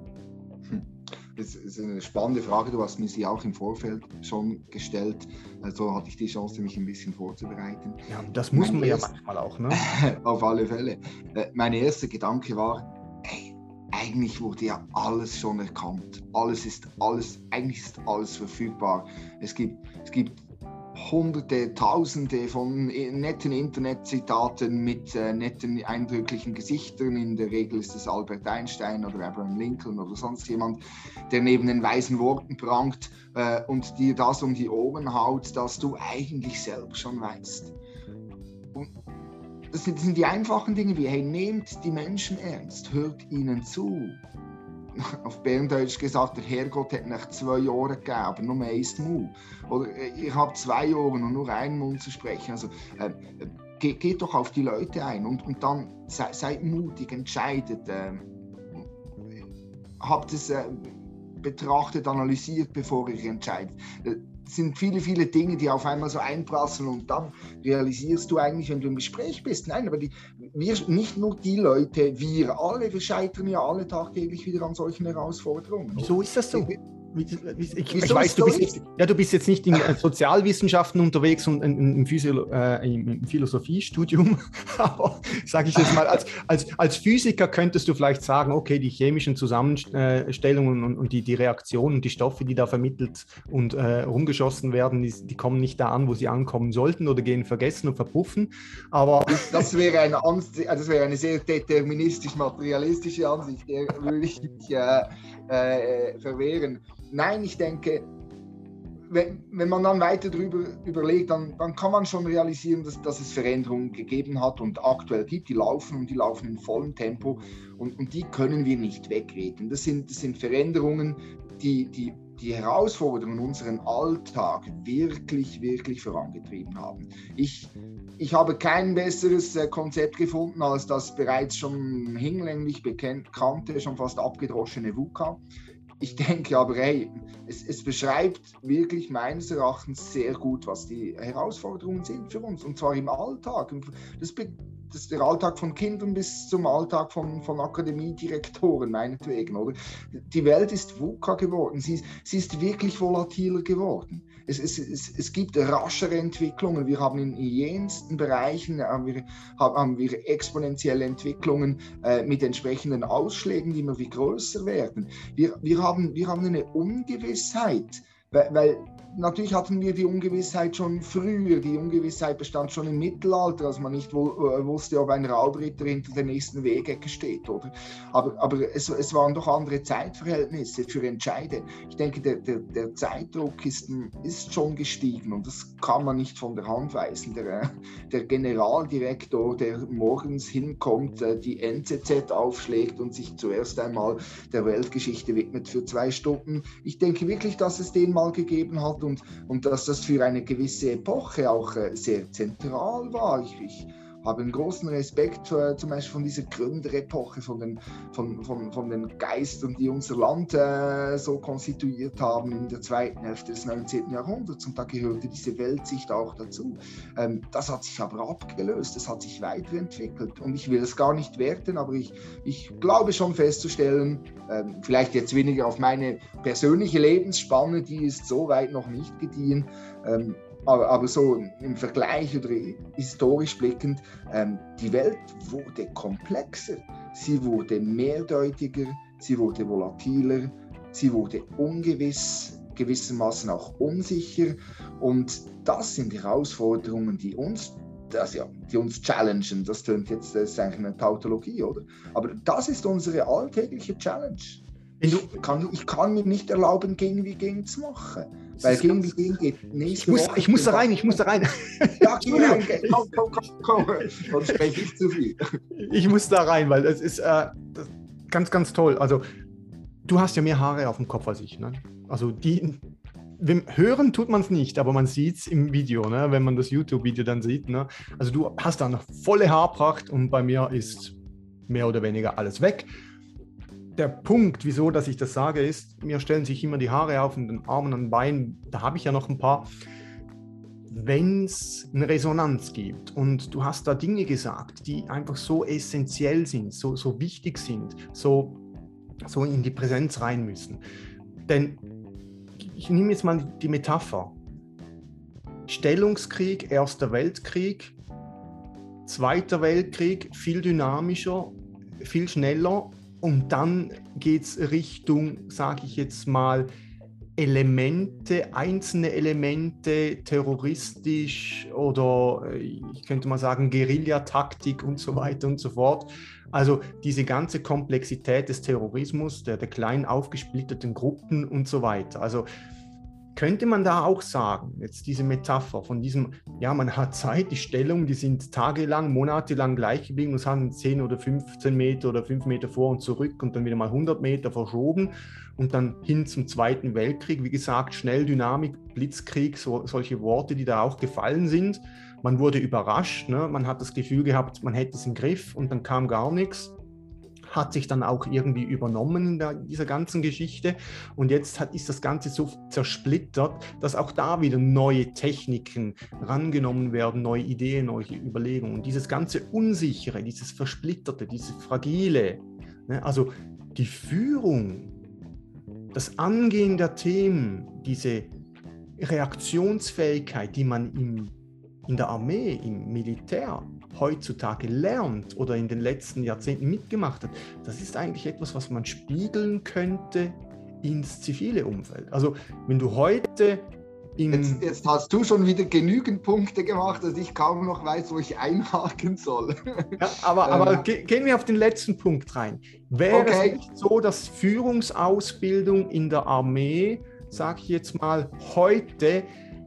Das ist eine spannende Frage, du hast mir sie auch im Vorfeld schon gestellt, also hatte ich die Chance, mich ein bisschen vorzubereiten. Ja, das muss man ja manchmal auch, ne? Auf alle Fälle. Mein erster Gedanke war, ey, eigentlich wurde ja alles schon erkannt. Alles ist alles, eigentlich ist alles verfügbar. Es gibt, es gibt hunderte, tausende von netten Internetzitaten mit äh, netten, eindrücklichen Gesichtern. In der Regel ist es Albert Einstein oder Abraham Lincoln oder sonst jemand, der neben den weisen Worten prangt äh, und dir das um die Ohren haut, dass du eigentlich selber schon weißt. Und das sind, das sind die einfachen Dinge wie, hey, nehmt die Menschen ernst, hört ihnen zu. Auf Berndeutsch gesagt, der Herrgott hat nach zwei Ohren gegeben, aber nur eins Mund. Oder ich habe zwei Ohren und nur einen Mund zu sprechen. Also äh, geht, geht doch auf die Leute ein und, und dann sei, seid mutig, entscheidet. Äh, habt es äh, betrachtet, analysiert, bevor ihr entscheidet. Es sind viele, viele Dinge, die auf einmal so einprasseln und dann realisierst du eigentlich, wenn du im Gespräch bist, nein, aber die, wir, nicht nur die Leute, wir alle, wir scheitern ja alle tagtäglich wieder an solchen Herausforderungen. Wieso ist das so? Ich, ich, ich Wieso weiß, du bist, so jetzt, ja, du bist jetzt nicht in äh, Sozialwissenschaften unterwegs und in, in, Physio, äh, im Philosophiestudium, aber sage ich jetzt mal, als, als, als Physiker könntest du vielleicht sagen, okay, die chemischen Zusammenstellungen und, und die, die Reaktionen, die Stoffe, die da vermittelt und äh, rumgeschossen werden, die, die kommen nicht da an, wo sie ankommen sollten oder gehen vergessen und verpuffen. Aber das wäre eine, das wäre eine sehr deterministisch-materialistische Ansicht, der würde ich mich äh, äh, verwehren. Nein, ich denke, wenn, wenn man dann weiter darüber überlegt, dann, dann kann man schon realisieren, dass, dass es Veränderungen gegeben hat und aktuell gibt. Die laufen und die laufen in vollem Tempo und, und die können wir nicht wegreden. Das sind, das sind Veränderungen, die, die die Herausforderungen in unserem Alltag wirklich, wirklich vorangetrieben haben. Ich, ich habe kein besseres Konzept gefunden als das bereits schon hinlänglich bekannte, schon fast abgedroschene VUCA. Ich denke aber, hey, es, es beschreibt wirklich meines Erachtens sehr gut, was die Herausforderungen sind für uns, und zwar im Alltag. Das, das ist der Alltag von Kindern bis zum Alltag von, von Akademiedirektoren, meinetwegen, oder? Die Welt ist VUCA geworden, sie, sie ist wirklich volatiler geworden. Es, es, es, es gibt raschere Entwicklungen, wir haben in jensten Bereichen haben wir, haben wir exponentielle Entwicklungen äh, mit entsprechenden Ausschlägen, die immer wie größer werden. Wir, wir, haben, wir haben eine Ungewissheit, weil, weil natürlich hatten wir die Ungewissheit schon früher. Die Ungewissheit bestand schon im Mittelalter, als man nicht wusste, ob ein Raubritter hinter der nächsten Wegecke steht. Oder? Aber, aber es, es waren doch andere Zeitverhältnisse für Entscheide. Ich denke, der, der, der Zeitdruck ist, ist schon gestiegen und das kann man nicht von der Hand weisen. Der, der Generaldirektor, der morgens hinkommt, die N Z Z aufschlägt und sich zuerst einmal der Weltgeschichte widmet für zwei Stunden. Ich denke wirklich, dass es den mal gegeben hat. Und, und dass das für eine gewisse Epoche auch äh, sehr zentral war. Ich, ich habe einen großen Respekt für, zum Beispiel von dieser Gründerepoche, von den, von, von, von den Geistern, die unser Land äh, so konstituiert haben in der zweiten Hälfte des neunzehnten Jahrhunderts. Und da gehörte diese Weltsicht auch dazu. Ähm, das hat sich aber abgelöst, das hat sich weiterentwickelt. Und ich will es gar nicht werten, aber ich, ich glaube schon festzustellen, ähm, vielleicht jetzt weniger auf meine persönliche Lebensspanne, die ist so weit noch nicht gediehen, ähm, Aber, aber so im Vergleich oder historisch blickend, ähm, die Welt wurde komplexer, sie wurde mehrdeutiger, sie wurde volatiler, sie wurde ungewiss, gewissermaßen auch unsicher, und das sind Herausforderungen, die uns, das, ja, die uns challengen. Das klingt jetzt, das ist eigentlich eine Tautologie, oder? Aber das ist unsere alltägliche Challenge. Ich kann, ich kann mir nicht erlauben, gegen wie gegen zu machen. Weil gegen wie gegen geht nicht. Ich muss, ich muss da rein, ich muss da rein. Ja, geh rein, komm, komm, komm, komm. Sonst spreche ich zu viel. Ich muss da rein, weil es ist äh, ganz, ganz toll. Also, du hast ja mehr Haare auf dem Kopf als ich. Ne? Also, die, hören tut man es nicht, aber man sieht es im Video, ne? Wenn man das YouTube-Video dann sieht. Ne? Also, du hast da eine volle Haarpracht und bei mir ist mehr oder weniger alles weg. Der Punkt, wieso dass ich das sage, ist, mir stellen sich immer die Haare auf in den Armen und Beinen, da habe ich ja noch ein paar. Wenn es eine Resonanz gibt und du hast da Dinge gesagt, die einfach so essentiell sind, so, so wichtig sind, so, so in die Präsenz rein müssen. Denn ich nehme jetzt mal die Metapher. Stellungskrieg, Erster Weltkrieg, Zweiter Weltkrieg, viel dynamischer, viel schneller. Und dann geht es Richtung, sage ich jetzt mal, Elemente, einzelne Elemente, terroristisch oder ich könnte mal sagen Guerillataktik und so weiter und so fort. Also diese ganze Komplexität des Terrorismus, der, der kleinen aufgesplitteten Gruppen und so weiter. Also könnte man da auch sagen, jetzt diese Metapher von diesem, ja, man hat Zeit, die Stellungen, die sind tagelang, monatelang gleich geblieben, es haben zehn oder fünfzehn Meter oder fünf Meter vor und zurück und dann wieder mal hundert Meter verschoben und dann hin zum Zweiten Weltkrieg. Wie gesagt, Schnelldynamik, Blitzkrieg, so, solche Worte, die da auch gefallen sind. Man wurde überrascht, ne? Man hat das Gefühl gehabt, man hätte es im Griff und dann kam gar nichts. Hat sich dann auch irgendwie übernommen in der, dieser ganzen Geschichte und jetzt hat, ist das Ganze so zersplittert, dass auch da wieder neue Techniken rangenommen werden, neue Ideen, neue Überlegungen. Und dieses ganze Unsichere, dieses Versplitterte, dieses Fragile, ne, also die Führung, das Angehen der Themen, diese Reaktionsfähigkeit, die man im, in der Armee, im Militär heutzutage lernt oder in den letzten Jahrzehnten mitgemacht hat, das ist eigentlich etwas, was man spiegeln könnte ins zivile Umfeld. Also wenn du heute in... Jetzt, jetzt hast du schon wieder genügend Punkte gemacht, dass ich kaum noch weiß, wo ich einhaken soll. Ja, aber aber ähm, ge- gehen wir auf den letzten Punkt rein. Wäre okay. Es nicht so, dass Führungsausbildung in der Armee, sage ich jetzt mal, heute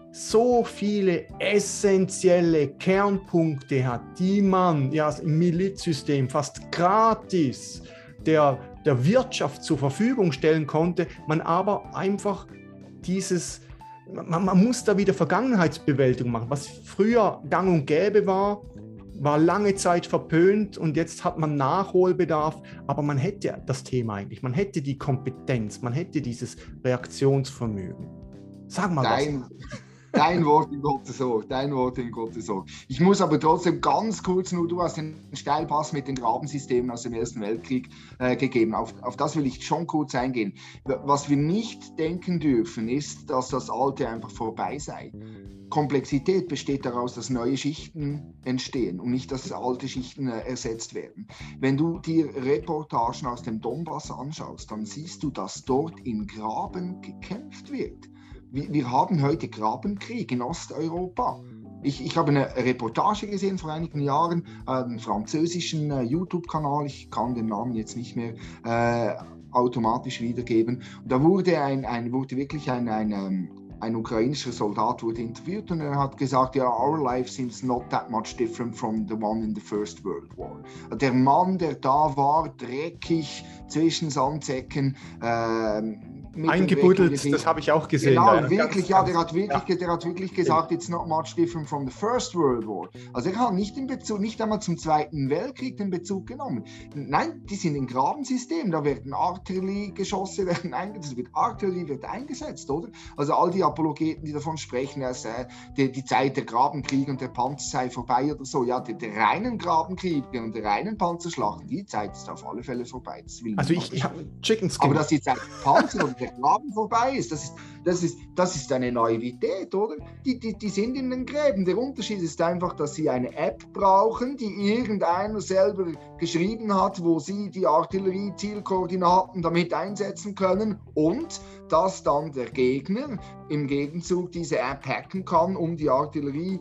so viele essentielle Kernpunkte hat, die man ja im Milizsystem fast gratis der, der Wirtschaft zur Verfügung stellen konnte, man aber einfach dieses, man, man muss da wieder Vergangenheitsbewältigung machen. Was früher gang und gäbe war, war lange Zeit verpönt und jetzt hat man Nachholbedarf, aber man hätte das Thema eigentlich, man hätte die Kompetenz, man hätte dieses Reaktionsvermögen. Sag mal Nein. was. Dein Wort in Gottes Ohr, dein Wort in Gottes Ohr. Ich muss aber trotzdem ganz kurz nur, du hast den Steilpass mit den Grabensystemen aus dem Ersten Weltkrieg äh, gegeben. Auf, auf das will ich schon kurz eingehen. Was wir nicht denken dürfen, ist, dass das Alte einfach vorbei sei. Komplexität besteht daraus, dass neue Schichten entstehen und nicht, dass alte Schichten äh, ersetzt werden. Wenn du dir Reportagen aus dem Donbass anschaust, dann siehst du, dass dort in Graben gekämpft wird. Wir haben heute Grabenkrieg in Osteuropa. Ich, ich habe eine Reportage gesehen vor einigen Jahren, äh, einen französischen äh, YouTube-Kanal, ich kann den Namen jetzt nicht mehr äh, automatisch wiedergeben. Und da wurde, ein, ein, wurde wirklich ein, ein, ein, ein ukrainischer Soldat wurde interviewt und er hat gesagt, ja, our life seems not that much different from the one in the First World War. Der Mann, der da war, dreckig, zwischen Sandsäcken, äh, eingebuddelt, das habe ich auch gesehen. Genau, ja. wirklich, ja, der hat wirklich, ja. der hat wirklich gesagt, it's not much different from the First World War. Also er hat nicht den Bezug, nicht einmal zum Zweiten Weltkrieg den Bezug genommen. Nein, die sind im Grabensystem, da werden Artilleriegeschosse werden eingesetzt, wird Artillerie wird eingesetzt, oder? Also all die Apologeten, die davon sprechen, dass äh, die, die Zeit der Grabenkriege und der Panzer sei vorbei oder so, ja, der, der reinen Grabenkriege und der reinen Panzerschlachten, die Zeit ist auf alle Fälle vorbei. Das will also ich, ich habe Chicken Skin. Aber dass die Zeit Panzer oder der Graben vorbei ist, das ist, das ist, das ist eine Naivität, oder? Die, die, die sind in den Gräben. Der Unterschied ist einfach, dass sie eine App brauchen, die irgendeiner selber geschrieben hat, wo sie die Artillerie-Zielkoordinaten damit einsetzen können und dass dann der Gegner im Gegenzug diese App hacken kann, um die Artillerie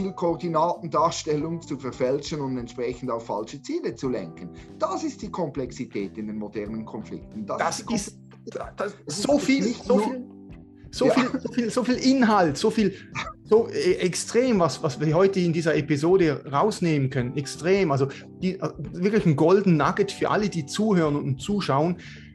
Zielkoordinatendarstellung zu verfälschen und entsprechend auf falsche Ziele zu lenken. Das ist die Komplexität in den modernen Konflikten. Das, das ist, das, das so, ist viel, so, viel, so, ja. viel, so, viel, so viel Inhalt, so viel, so extrem, was, was wir heute in dieser Episode rausnehmen können. Extrem, also die, wirklich ein Golden Nugget für alle, die zuhören und zuschauen.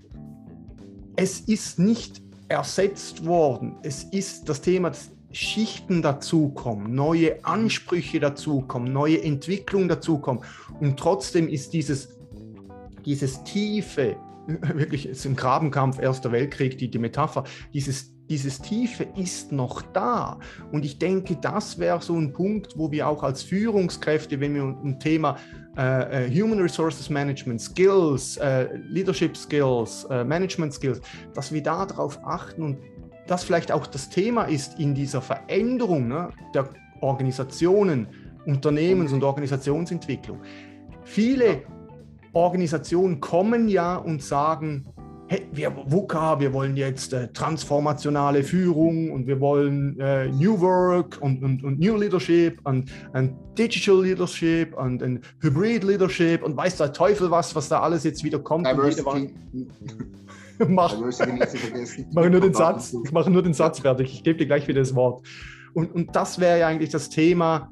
Es ist nicht ersetzt worden. Es ist das Thema des Schichten dazukommen, neue Ansprüche dazukommen, neue Entwicklungen dazukommen. Und trotzdem ist dieses, dieses tiefe, wirklich jetzt im Grabenkampf, Erster Weltkrieg, die, die Metapher, dieses, dieses Tiefe ist noch da. Und ich denke, das wäre so ein Punkt, wo wir auch als Führungskräfte, wenn wir ein Thema äh, Human Resources Management, Skills, äh, Leadership Skills, äh, Management Skills, dass wir da darauf achten und das vielleicht auch das Thema ist in dieser Veränderung, ne, der Organisationen, Unternehmens- und Organisationsentwicklung. Viele Organisationen kommen ja und sagen, hey, wir VUCA, wir wollen jetzt äh, transformationale Führung und wir wollen äh, New Work und, und, und New Leadership und, und Digital Leadership und, und Hybrid Leadership und weiß der Teufel was, was da alles jetzt wieder kommt. Diversity. Mach, ich mache nur den Satz, ich mache nur den Satz fertig, ich gebe dir gleich wieder das Wort. Und, und das wäre ja eigentlich das Thema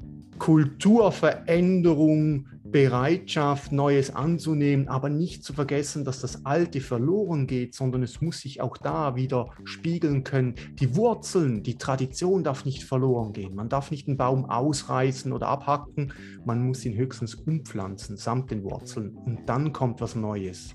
Kulturveränderung, Bereitschaft, Neues anzunehmen, aber nicht zu vergessen, dass das Alte verloren geht, sondern es muss sich auch da wieder spiegeln können. Die Wurzeln, die Tradition darf nicht verloren gehen. Man darf nicht einen Baum ausreißen oder abhacken, man muss ihn höchstens umpflanzen, samt den Wurzeln. Und dann kommt was Neues.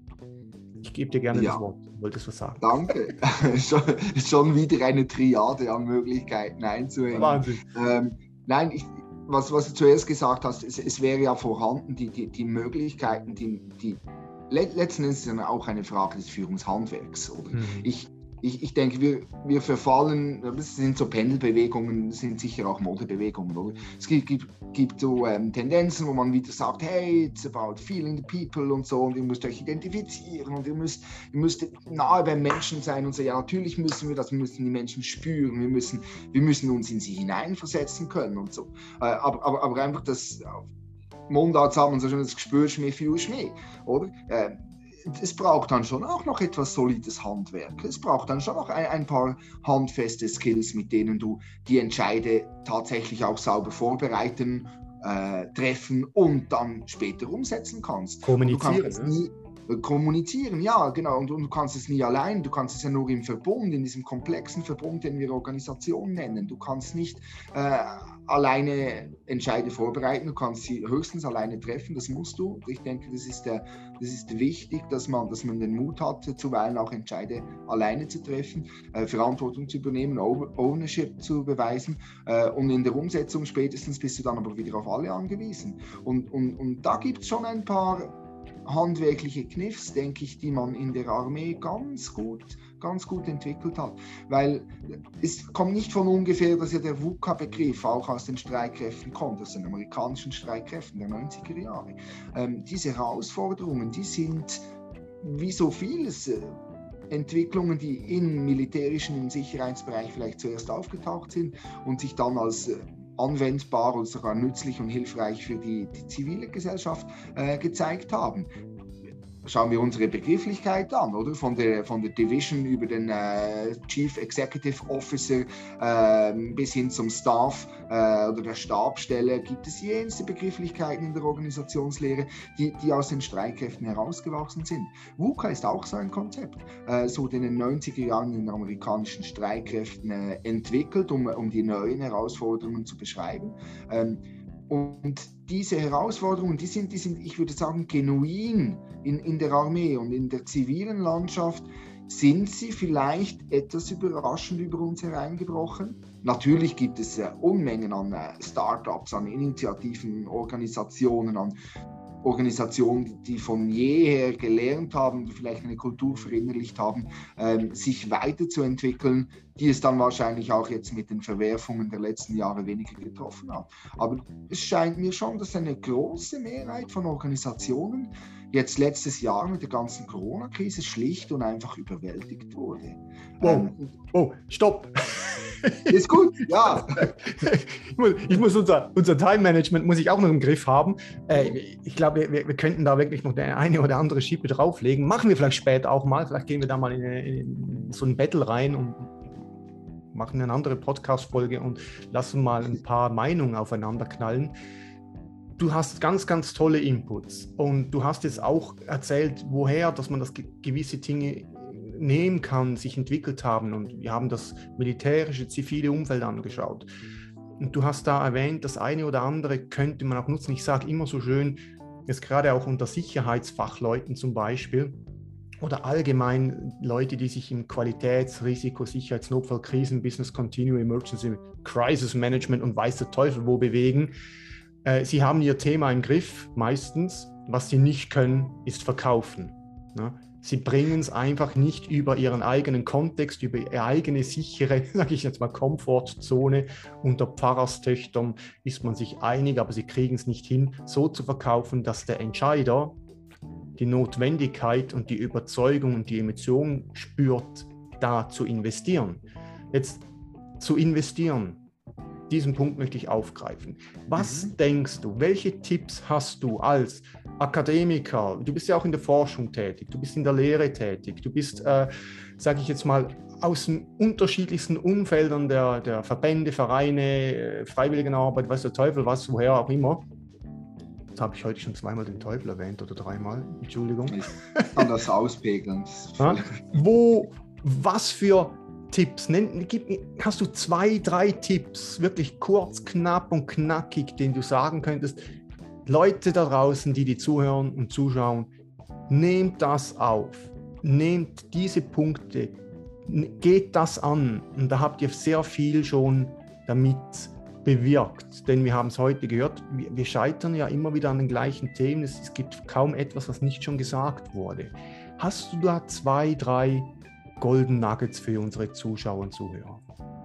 Ich gebe dir gerne ja. das Wort. Du wolltest was sagen. Danke. schon, schon wieder eine Triade an Möglichkeiten einzuhängen. Wahnsinn. Ähm, nein, ich, was, was du zuerst gesagt hast, es, es wäre ja vorhanden, die, die, die Möglichkeiten, die, die letzten Endes ist ja auch eine Frage des Führungshandwerks. Oder? Mhm. Ich, ich, ich denke, wir, wir verfallen, das sind so Pendelbewegungen, das sind sicher auch Modebewegungen. Oder? Es gibt, gibt, gibt so ähm, Tendenzen, wo man wieder sagt, hey, it's about feeling the people und so, und ihr müsst euch identifizieren und ihr müsst, ihr müsst nahe beim Menschen sein und so. Ja, natürlich müssen wir das, wir müssen die Menschen spüren, wir müssen, wir müssen uns in sie hineinversetzen können und so. Äh, aber, aber, aber einfach das, Mundart sagt man so schon, das Gespür Schmäh für Schmäh, oder? Äh, Es braucht dann schon auch noch etwas solides Handwerk. Es braucht dann schon noch ein, ein paar handfeste Skills, mit denen du die Entscheide tatsächlich auch sauber vorbereiten, äh, treffen und dann später umsetzen kannst. Kommunizieren. Du nie, äh, kommunizieren, ja, genau. Und, und du kannst es nie allein. Du kannst es ja nur im Verbund, in diesem komplexen Verbund, den wir Organisation nennen. Du kannst nicht äh, alleine Entscheide vorbereiten, du kannst sie höchstens alleine treffen, das musst du. Ich denke, das ist, der, das ist wichtig, dass man, dass man den Mut hat, zuweilen auch Entscheide alleine zu treffen, äh, Verantwortung zu übernehmen, Ownership zu beweisen äh, und in der Umsetzung spätestens bist du dann aber wieder auf alle angewiesen. Und, und, und da gibt es schon ein paar handwerkliche Kniffs, denke ich, die man in der Armee ganz gut, ganz gut entwickelt hat. Weil es kommt nicht von ungefähr, dass ja der VUCA-Begriff auch aus den Streitkräften kommt, aus den amerikanischen Streitkräften der neunziger Jahre. Ähm, diese Herausforderungen, die sind wie so vieles äh, Entwicklungen, die im militärischen, im Sicherheitsbereich vielleicht zuerst aufgetaucht sind und sich dann als äh, anwendbar und sogar nützlich und hilfreich für die, die zivile Gesellschaft äh, gezeigt haben. Schauen wir unsere Begrifflichkeit an, oder? Von der, von der Division über den äh, Chief Executive Officer äh, bis hin zum Staff äh, oder der Stabsstelle gibt es jenste Begrifflichkeiten in der Organisationslehre, die, die aus den Streitkräften herausgewachsen sind. VUCA ist auch so ein Konzept, äh, so in den neunziger Jahren in den amerikanischen Streitkräften äh, entwickelt, um, um die neuen Herausforderungen zu beschreiben. Ähm, Und diese Herausforderungen, die sind, die sind, ich würde sagen, genuin in, in der Armee und in der zivilen Landschaft. Sind sie vielleicht etwas überraschend über uns hereingebrochen? Natürlich gibt es äh, Unmengen an äh, Startups, an Initiativen, Organisationen, an Organisationen, die von jeher gelernt haben, die vielleicht eine Kultur verinnerlicht haben, ähm, sich weiterzuentwickeln, die es dann wahrscheinlich auch jetzt mit den Verwerfungen der letzten Jahre weniger getroffen hat. Aber es scheint mir schon, dass eine große Mehrheit von Organisationen jetzt letztes Jahr mit der ganzen Corona-Krise schlicht und einfach überwältigt wurde. Wow, ähm, oh, stopp! Ist gut, ja. Ich muss, ich muss unser, unser Time-Management muss ich auch noch im Griff haben. Äh, ich glaube, wir, wir könnten da wirklich noch eine oder andere Schippe drauflegen. Machen wir vielleicht später auch mal. Vielleicht gehen wir da mal in, in so ein Battle rein und machen eine andere Podcast-Folge und lassen mal ein paar Meinungen aufeinander knallen. Du hast ganz, ganz tolle Inputs und du hast jetzt auch erzählt, woher, dass man das gewisse Dinge nehmen kann, sich entwickelt haben, und wir haben das militärische, zivile Umfeld angeschaut. Und du hast da erwähnt, das eine oder andere könnte man auch nutzen. Ich sage immer so schön, jetzt gerade auch unter Sicherheitsfachleuten zum Beispiel oder allgemein Leute, die sich im Qualitäts-, Risiko-, Sicherheitsnotfall-, Krisen-, Business Continuum, Emergency, Crisis Management und weiß der Teufel wo bewegen. Äh, sie haben ihr Thema im Griff meistens. Was sie nicht können, ist verkaufen. Ne? Sie bringen es einfach nicht über ihren eigenen Kontext, über ihre eigene sichere, sage ich jetzt mal, Komfortzone. Unter Pfarrerstöchtern ist man sich einig, aber sie kriegen es nicht hin, so zu verkaufen, dass der Entscheider die Notwendigkeit und die Überzeugung und die Emotion spürt, da zu investieren. Jetzt zu investieren, diesen Punkt möchte ich aufgreifen. Was mhm. denkst du, welche Tipps hast du als Akademiker? Du bist ja auch in der Forschung tätig, du bist in der Lehre tätig, du bist, äh, sage ich jetzt mal, aus den unterschiedlichsten Umfeldern der, der Verbände, Vereine, Freiwilligenarbeit, weiß der Teufel was, woher auch immer. Jetzt habe ich heute schon zweimal den Teufel erwähnt oder dreimal, Entschuldigung. Ich kann das auspegeln. Ja? Wo, was für Tipps, nenn, gib, hast du zwei, drei Tipps, wirklich kurz, knapp und knackig, den du sagen könntest, Leute da draußen, die die zuhören und zuschauen, nehmt das auf, nehmt diese Punkte, geht das an und da habt ihr sehr viel schon damit bewirkt, denn wir haben es heute gehört, wir, wir scheitern ja immer wieder an den gleichen Themen, es, es gibt kaum etwas, was nicht schon gesagt wurde. Hast du da zwei, drei Golden Nuggets für unsere Zuschauer und Zuhörer?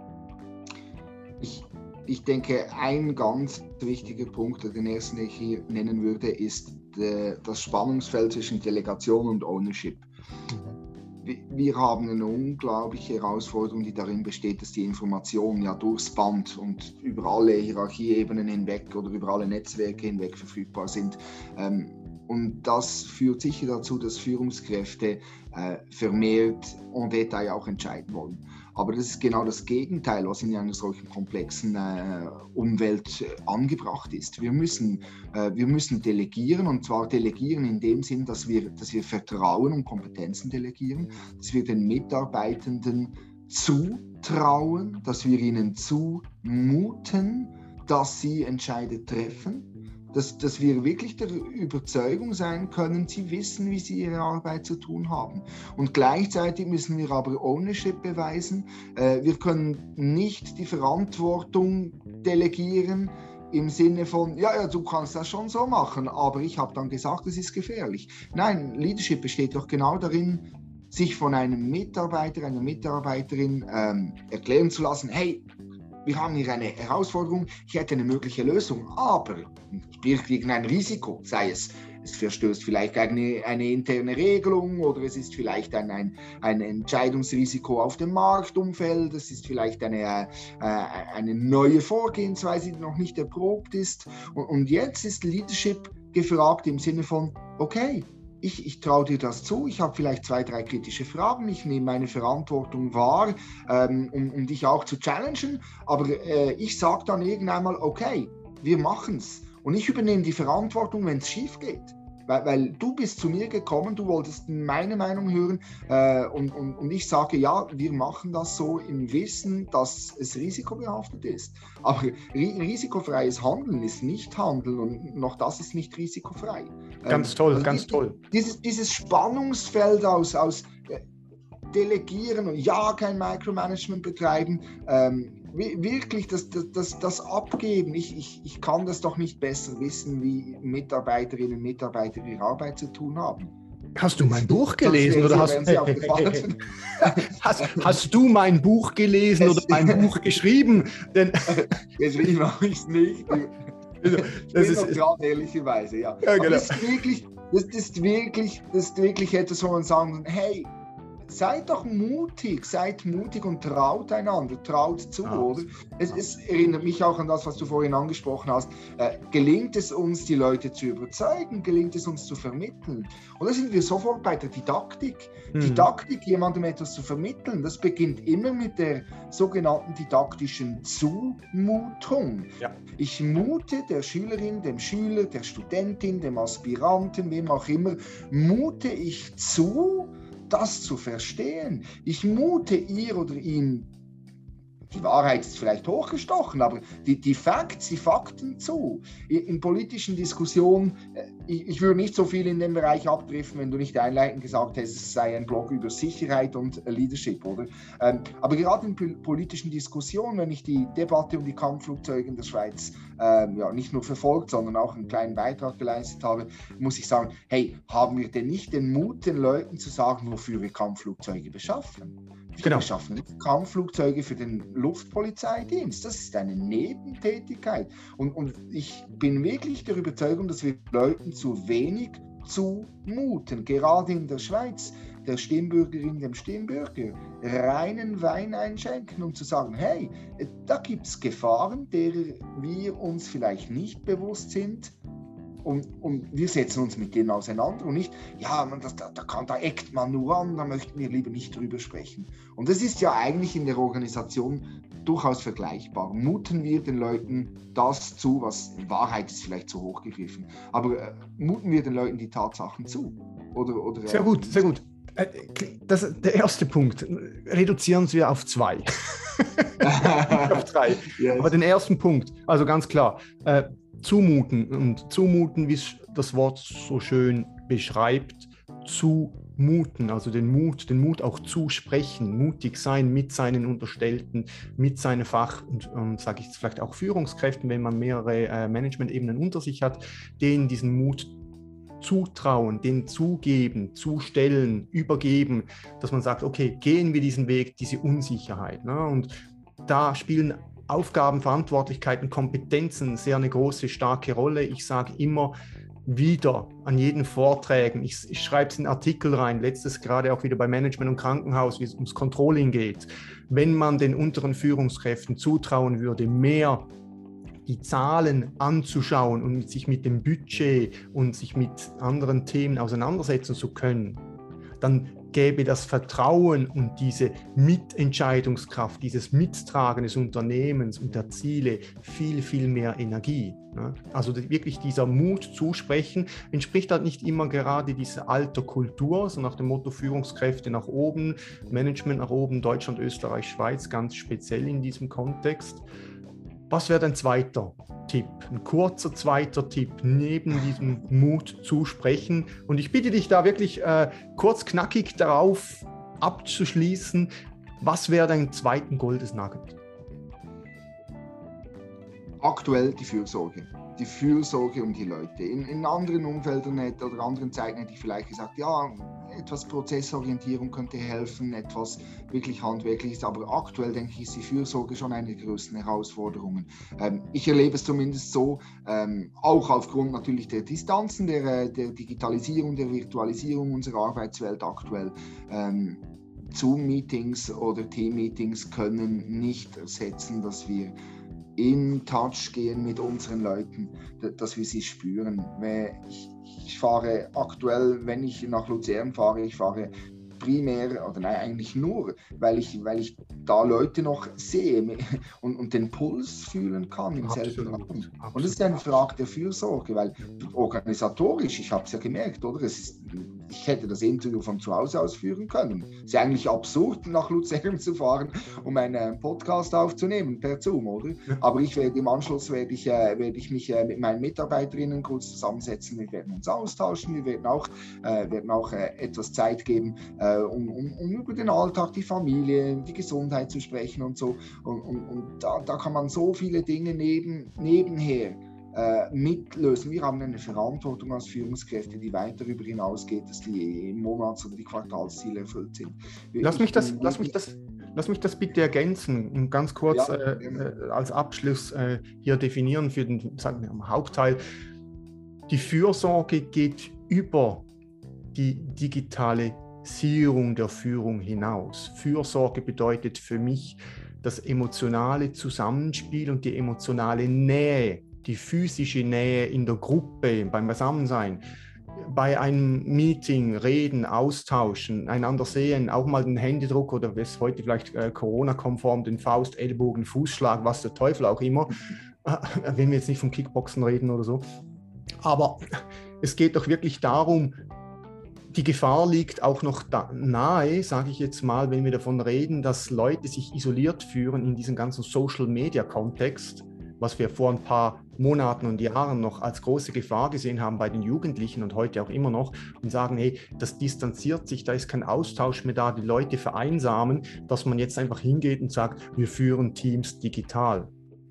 Ich, ich denke, ein ganz wichtiger Punkt, den ersten, den ich hier nennen würde, ist de, das Spannungsfeld zwischen Delegation und Ownership. Wir, wir haben eine unglaubliche Herausforderung, die darin besteht, dass die Informationen ja durchs Band und über alle Hierarchieebenen hinweg oder über alle Netzwerke hinweg verfügbar sind. Ähm, Und das führt sicher dazu, dass Führungskräfte äh, vermehrt en Detail auch entscheiden wollen. Aber das ist genau das Gegenteil, was in einer solchen komplexen äh, Umwelt äh, angebracht ist. Wir müssen, äh, wir müssen delegieren, und zwar delegieren in dem Sinn, dass wir, dass wir Vertrauen und Kompetenzen delegieren, dass wir den Mitarbeitenden zutrauen, dass wir ihnen zumuten, dass sie Entscheide treffen. Dass, dass wir wirklich der Überzeugung sein können, sie wissen, wie sie ihre Arbeit zu tun haben. Und gleichzeitig müssen wir aber Ownership beweisen. Äh, wir können nicht die Verantwortung delegieren im Sinne von, ja, ja, du kannst das schon so machen, aber ich habe dann gesagt, es ist gefährlich. Nein, Leadership besteht doch genau darin, sich von einem Mitarbeiter, einer Mitarbeiterin ähm, erklären zu lassen, hey, wir haben hier eine Herausforderung, ich hätte eine mögliche Lösung, aber es birgt irgendein Risiko, sei es, es verstößt vielleicht eine, eine interne Regelung oder es ist vielleicht ein, ein, ein Entscheidungsrisiko auf dem Marktumfeld, es ist vielleicht eine, äh, eine neue Vorgehensweise, die noch nicht erprobt ist. Und, und jetzt ist Leadership gefragt im Sinne von, okay, Ich, ich traue dir das zu, ich habe vielleicht zwei, drei kritische Fragen, ich nehme meine Verantwortung wahr, ähm, um, um dich auch zu challengen, aber äh, ich sage dann irgendwann mal, okay, wir machen es und ich übernehme die Verantwortung, wenn es schief geht. Weil, weil du bist zu mir gekommen, du wolltest meine Meinung hören äh, und, und, und ich sage, ja, wir machen das so im Wissen, dass es risikobehaftet ist. Aber ri- risikofreies Handeln ist nicht Handeln und noch das ist nicht risikofrei. Ganz ähm, toll, also ganz die, toll. Dieses, dieses Spannungsfeld aus, aus äh, Delegieren und ja, kein Micromanagement betreiben, ähm, wirklich das, das, das Abgeben, ich, ich, ich kann das doch nicht besser wissen, wie Mitarbeiterinnen und Mitarbeiter ihre Arbeit zu tun haben. Hast du mein Buch gelesen oder hast, Sie hey, hey, hey, hast, hast du mein Buch gelesen oder mein Buch geschrieben? Denn geschrieben habe ich es nicht. Das ich ist bin dran, ehrlicherweise, ja. Ja, genau. Aber das ist wirklich, das ist wirklich, das ist wirklich etwas, wo man sagen kann, hey, seid doch mutig, seid mutig und traut einander, traut zu, ah, oder? Es, es erinnert mich auch an das, was du vorhin angesprochen hast. Äh, gelingt es uns, die Leute zu überzeugen? Gelingt es uns zu vermitteln? Und da sind wir sofort bei der Didaktik. Hm. Didaktik, jemandem etwas zu vermitteln, das beginnt immer mit der sogenannten didaktischen Zumutung. Ja. Ich mute der Schülerin, dem Schüler, der Studentin, dem Aspiranten, wem auch immer, mute ich zu, das zu verstehen. Ich mute ihr oder ihm, die Wahrheit ist vielleicht hochgestochen, aber die, die Facts, die Fakten zu. In politischen Diskussionen, ich, ich würde nicht so viel in dem Bereich abdriften, wenn du nicht einleitend gesagt hättest, es sei ein Blog über Sicherheit und Leadership, oder? Aber gerade in politischen Diskussionen, wenn ich die Debatte um die Kampfflugzeuge in der Schweiz ähm, ja, nicht nur verfolgt, sondern auch einen kleinen Beitrag geleistet habe, muss ich sagen, hey, haben wir denn nicht den Mut, den Leuten zu sagen, wofür wir Kampfflugzeuge beschaffen? Wir genau. beschaffen nicht Kampfflugzeuge für den Luftpolizeidienst. Das ist eine Nebentätigkeit. Und, und ich bin wirklich der Überzeugung, dass wir Leuten zu wenig zumuten. Gerade in der Schweiz, der Stimmbürgerin, dem Stimmbürger, reinen Wein einschenken, um zu sagen, hey, da gibt es Gefahren, derer wir uns vielleicht nicht bewusst sind. Und, und wir setzen uns mit denen auseinander und nicht, ja, man, das, da, da, kann, da eckt man nur an, da möchten wir lieber nicht drüber sprechen. Und das ist ja eigentlich in der Organisation durchaus vergleichbar. Muten wir den Leuten das zu, was in Wahrheit ist vielleicht zu hoch gegriffen, aber äh, muten wir den Leuten die Tatsachen zu? Oder, oder, sehr gut, sehr gut. Das, der erste Punkt, reduzieren wir auf zwei. auf drei. Yes. Aber den ersten Punkt, also ganz klar, äh, zumuten und zumuten, wie es das Wort so schön beschreibt, zumuten, also den Mut, den Mut auch zusprechen, mutig sein mit seinen Unterstellten, mit seinen Fach- und, und sage ich jetzt vielleicht auch Führungskräften, wenn man mehrere äh, Management-Ebenen unter sich hat, denen diesen Mut zutrauen, den zugeben, zustellen, übergeben, dass man sagt, okay, gehen wir diesen Weg, diese Unsicherheit. Ne? Und da spielen Aufgaben, Verantwortlichkeiten, Kompetenzen sehr eine große, starke Rolle. Ich sage immer wieder an jeden Vorträgen, ich, ich schreibe es in Artikel rein, letztes gerade auch wieder bei Management und Krankenhaus, wie es ums Controlling geht. Wenn man den unteren Führungskräften zutrauen würde, mehr die Zahlen anzuschauen und sich mit dem Budget und sich mit anderen Themen auseinandersetzen zu können, dann gäbe das Vertrauen und diese Mitentscheidungskraft, dieses Mittragen des Unternehmens und der Ziele viel, viel mehr Energie. Also wirklich dieser Mut zusprechen entspricht halt nicht immer gerade dieser alten Kultur, so nach dem Motto Führungskräfte nach oben, Management nach oben, Deutschland, Österreich, Schweiz, ganz speziell in diesem Kontext. Was wäre ein zweiter Tipp, ein kurzer zweiter Tipp, neben diesem Mut zu sprechen? Und ich bitte dich da wirklich äh, kurz knackig darauf abzuschließen, was wäre dein zweiten Goldes Nugget? Aktuell die Fürsorge. Die Fürsorge um die Leute. In, in anderen Umfeldern hätte, oder anderen Zeiten hätte ich vielleicht gesagt, ja, etwas Prozessorientierung könnte helfen, etwas wirklich Handwerkliches, aber aktuell denke ich, ist die Fürsorge schon eine der größten Herausforderungen. Ähm, ich erlebe es zumindest so, ähm, auch aufgrund natürlich der Distanzen, der, der Digitalisierung, der Virtualisierung unserer Arbeitswelt aktuell. Ähm, Zoom-Meetings oder Team-Meetings können nicht ersetzen, dass wir in Touch gehen mit unseren Leuten, dass wir sie spüren. Ich, ich fahre aktuell, wenn ich nach Luzern fahre, ich fahre primär, oder nein, eigentlich nur, weil ich, weil ich da Leute noch sehe und, und den Puls fühlen kann im selben Raum. Und das ist eine Frage der Fürsorge, weil organisatorisch, ich habe es ja gemerkt, oder? Es ist, ich hätte das Interview von zu Hause aus führen können. Es ist ja eigentlich absurd, nach Luzern zu fahren, um einen Podcast aufzunehmen per Zoom, oder? Aber ich werde im Anschluss werde ich, äh, werde ich mich äh, mit meinen Mitarbeiterinnen kurz zusammensetzen. Wir werden uns austauschen, wir werden auch, äh, werden auch äh, etwas Zeit geben, äh, um, um, um über den Alltag, die Familie, die Gesundheit zu sprechen und so. Und, und, und da, da kann man so viele Dinge neben, nebenher Äh, mitlösen. Wir haben eine Verantwortung als Führungskräfte, die weit darüber hinausgeht, dass die Monats- oder die Quartalsziele erfüllt sind. Lass mich das, lass mich das, lass mich das bitte ergänzen und ganz kurz ja, äh, äh, als Abschluss äh, hier definieren für den, sagen wir, Hauptteil. Die Fürsorge geht über die Digitalisierung der Führung hinaus. Fürsorge bedeutet für mich das emotionale Zusammenspiel und die emotionale Nähe, die physische Nähe in der Gruppe, beim Beisammensein, bei einem Meeting, reden, austauschen, einander sehen, auch mal den Händedruck oder was heute vielleicht äh, Corona-konform, den Faust, Ellbogen, Fußschlag, was der Teufel auch immer, äh, wenn wir jetzt nicht vom Kickboxen reden oder so. Aber es geht doch wirklich darum, die Gefahr liegt auch noch da nahe, sage ich jetzt mal, wenn wir davon reden, dass Leute sich isoliert fühlen in diesem ganzen Social-Media-Kontext, was wir vor ein paar Monaten und Jahren noch als große Gefahr gesehen haben bei den Jugendlichen und heute auch immer noch und sagen, hey, das distanziert sich, da ist kein Austausch mehr da, die Leute vereinsamen, dass man jetzt einfach hingeht und sagt, wir führen Teams digital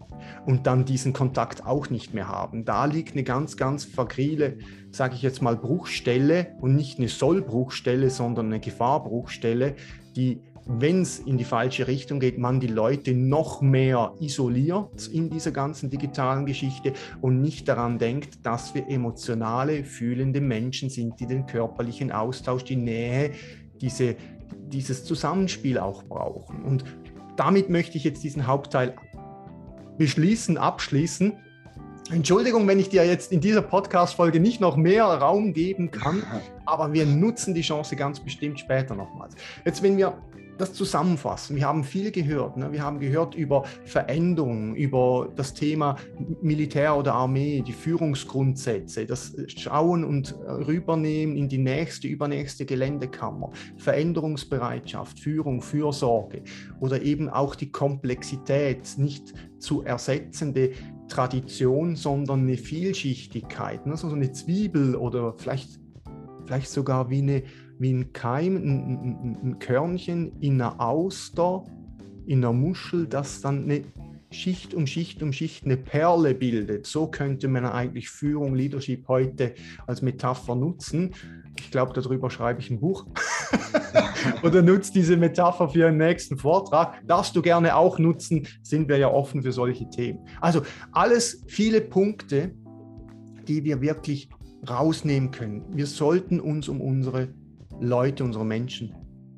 und dann diesen Kontakt auch nicht mehr haben. Da liegt eine ganz, ganz fragile, sage ich jetzt mal, Bruchstelle und nicht eine Sollbruchstelle, sondern eine Gefahrbruchstelle, die wenn es in die falsche Richtung geht, man die Leute noch mehr isoliert in dieser ganzen digitalen Geschichte und nicht daran denkt, dass wir emotionale, fühlende Menschen sind, die den körperlichen Austausch, die Nähe, diese, dieses Zusammenspiel auch brauchen. Und damit möchte ich jetzt diesen Hauptteil beschließen, abschließen. Entschuldigung, wenn ich dir jetzt in dieser Podcast-Folge nicht noch mehr Raum geben kann, aber wir nutzen die Chance ganz bestimmt später nochmals. Jetzt, wenn wir das zusammenfassen, wir haben viel gehört, ne? Wir haben gehört über Veränderungen, über das Thema Militär oder Armee, die Führungsgrundsätze, das Schauen und Rübernehmen in die nächste, übernächste Geländekammer, Veränderungsbereitschaft, Führung, Fürsorge oder eben auch die Komplexität, nicht zu ersetzende Tradition, sondern eine Vielschichtigkeit, ne? So eine Zwiebel oder vielleicht, vielleicht sogar wie, eine, wie ein Keim, ein, ein, ein Körnchen in einer Auster, in einer Muschel, das dann eine Schicht um Schicht um Schicht eine Perle bildet. So könnte man eigentlich Führung, Leadership heute als Metapher nutzen. Ich glaube, darüber schreibe ich ein Buch. Oder nutzt diese Metapher für einen nächsten Vortrag. Darfst du gerne auch nutzen, sind wir ja offen für solche Themen. Also alles viele Punkte, die wir wirklich rausnehmen können. Wir sollten uns um unsere Leute, unsere Menschen,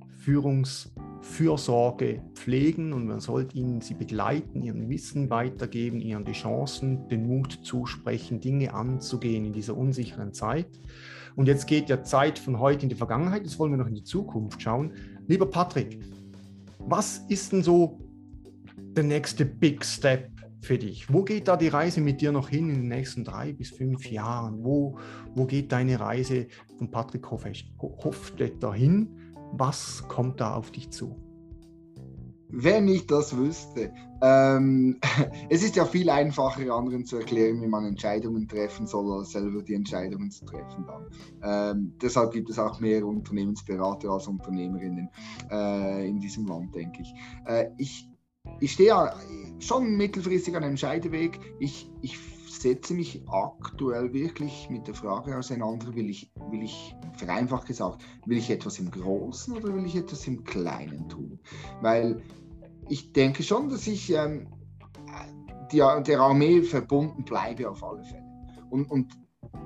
Führungsfürsorge pflegen und man sollte ihnen sie begleiten, ihren Wissen weitergeben, ihnen die Chancen, den Mut zusprechen, Dinge anzugehen in dieser unsicheren Zeit. Und jetzt geht ja Zeit von heute in die Vergangenheit, jetzt wollen wir noch in die Zukunft schauen. Lieber Patrick, was ist denn so der nächste Big Step für dich? Wo geht da die Reise mit dir noch hin in den nächsten drei bis fünf Jahren? Wo, wo geht deine Reise von Patrick Hofstetter hin? Was kommt da auf dich zu? Wenn ich das wüsste. Ähm, es ist ja viel einfacher, anderen zu erklären, wie man Entscheidungen treffen soll, als selber die Entscheidungen zu treffen dann. Ähm, deshalb gibt es auch mehr Unternehmensberater als Unternehmerinnen äh, in diesem Land, denke ich. Äh, ich. Ich stehe ja schon mittelfristig an einem Scheideweg. Ich, ich setze mich aktuell wirklich mit der Frage auseinander, will ich, will ich, vereinfacht gesagt, will ich etwas im Großen oder will ich etwas im Kleinen tun? Weil ich denke schon, dass ich ähm, die, der Armee verbunden bleibe auf alle Fälle. Und, und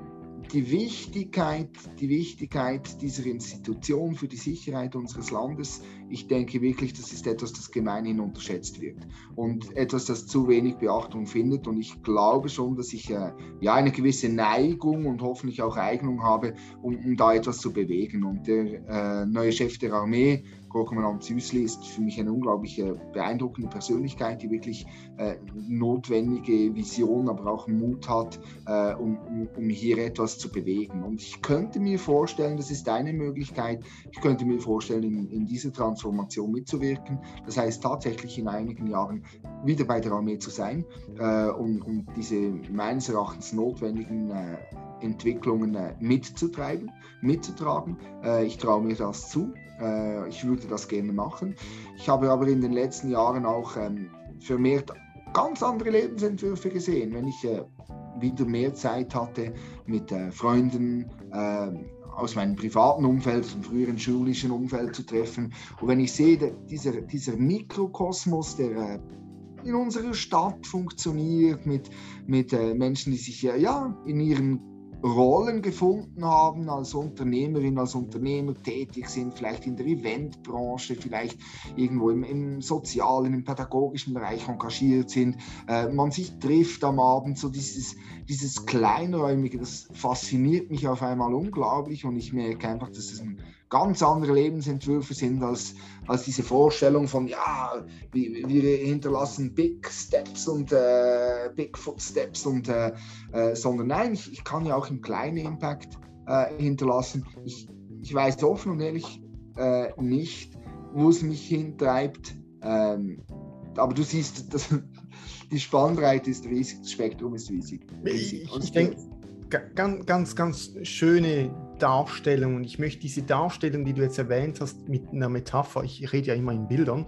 die Wichtigkeit, die Wichtigkeit dieser Institution für die Sicherheit unseres Landes, ich denke wirklich, das ist etwas, das gemeinhin unterschätzt wird und etwas, das zu wenig Beachtung findet. Und ich glaube schon, dass ich äh, ja eine gewisse Neigung und hoffentlich auch Eignung habe, um, um da etwas zu bewegen. Und der äh, neue Chef der Armee, Korkommandant Süßli, ist für mich eine unglaublich beeindruckende Persönlichkeit, die wirklich äh, notwendige Vision, aber auch Mut hat, äh, um, um, um hier etwas zu bewegen. Und ich könnte mir vorstellen, das ist eine Möglichkeit, ich könnte mir vorstellen, in, in dieser Transformation mitzuwirken. Das heißt, tatsächlich in einigen Jahren wieder bei der Armee zu sein, äh, um, um diese meines Erachtens notwendigen äh, Entwicklungen äh, mitzutreiben, mitzutragen. Äh, ich traue mir das zu. Äh, ich würde das gerne machen. Ich habe aber in den letzten Jahren auch ähm, vermehrt ganz andere Lebensentwürfe gesehen, wenn ich äh, wieder mehr Zeit hatte mit äh, Freunden äh, aus meinem privaten Umfeld, aus dem früheren schulischen Umfeld zu treffen. Und wenn ich sehe, der, dieser, dieser Mikrokosmos, der äh, in unserer Stadt funktioniert, mit, mit äh, Menschen, die sich äh, ja, in ihren Rollen gefunden haben, als Unternehmerin, als Unternehmer tätig sind, vielleicht in der Eventbranche, vielleicht irgendwo im, im sozialen, im pädagogischen Bereich engagiert sind, äh, man sich trifft am Abend, so dieses, dieses Kleinräumige, das fasziniert mich auf einmal unglaublich und ich merke einfach, dass es ein ganz andere Lebensentwürfe sind als, als diese Vorstellung von, ja, wir, wir hinterlassen Big Steps und äh, Big Footsteps, und, äh, äh, sondern nein, ich, ich kann ja auch im kleinen Impact äh, hinterlassen. Ich, ich weiß offen und ehrlich äh, nicht, wo es mich hintreibt, ähm, aber du siehst, dass die Spannbreite ist riesig, das Spektrum ist riesig. riesig. Ich, ich denke, ganz, ganz, ganz schöne Darstellung, und ich möchte diese Darstellung, die du jetzt erwähnt hast, mit einer Metapher, ich rede ja immer in Bildern,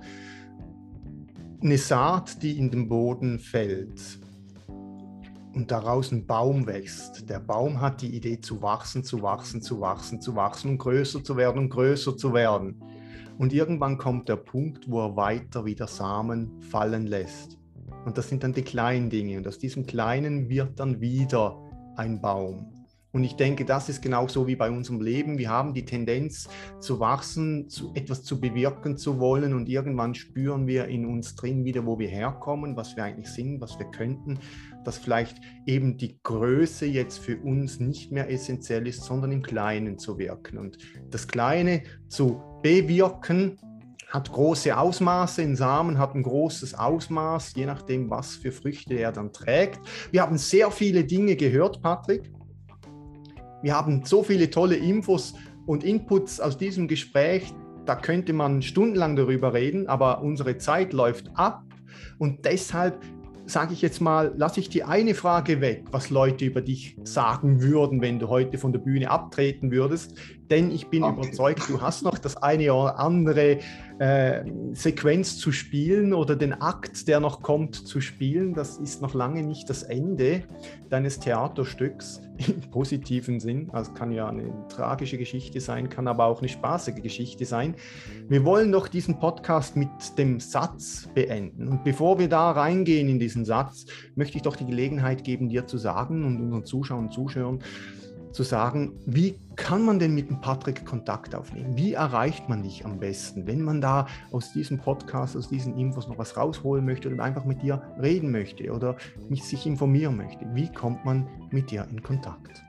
eine Saat, die in den Boden fällt und daraus ein Baum wächst. Der Baum hat die Idee zu wachsen, zu wachsen, zu wachsen, zu wachsen und größer zu werden und größer zu werden. Und irgendwann kommt der Punkt, wo er weiter wieder Samen fallen lässt. Und das sind dann die kleinen Dinge. Und aus diesem Kleinen wird dann wieder ein Baum. Und ich denke, das ist genauso wie bei unserem Leben. Wir haben die Tendenz zu wachsen, zu etwas zu bewirken zu wollen. Und irgendwann spüren wir in uns drin wieder, wo wir herkommen, was wir eigentlich sind, was wir könnten. Dass vielleicht eben die Größe jetzt für uns nicht mehr essentiell ist, sondern im Kleinen zu wirken. Und das Kleine zu bewirken, hat große Ausmaße, ein Samen hat ein großes Ausmaß, je nachdem, was für Früchte er dann trägt. Wir haben sehr viele Dinge gehört, Patrick. Wir haben so viele tolle Infos und Inputs aus diesem Gespräch, da könnte man stundenlang darüber reden, aber unsere Zeit läuft ab und deshalb sage ich jetzt mal, lasse ich die eine Frage weg, was Leute über dich sagen würden, wenn du heute von der Bühne abtreten würdest, denn ich bin okay. überzeugt, du hast noch das eine oder andere äh, Sequenz zu spielen oder den Akt, der noch kommt, zu spielen. Das ist noch lange nicht das Ende deines Theaterstücks im positiven Sinn. Also kann ja eine tragische Geschichte sein, kann aber auch eine spaßige Geschichte sein. Wir wollen doch diesen Podcast mit dem Satz beenden. Und bevor wir da reingehen in diesen Satz, möchte ich doch die Gelegenheit geben, dir zu sagen und unseren Zuschauern und Zuschauern zu sagen, wie kann man denn mit dem Patrick Kontakt aufnehmen? Wie erreicht man dich am besten, wenn man da aus diesem Podcast, aus diesen Infos noch was rausholen möchte oder einfach mit dir reden möchte oder mich sich informieren möchte? Wie kommt man mit dir in Kontakt?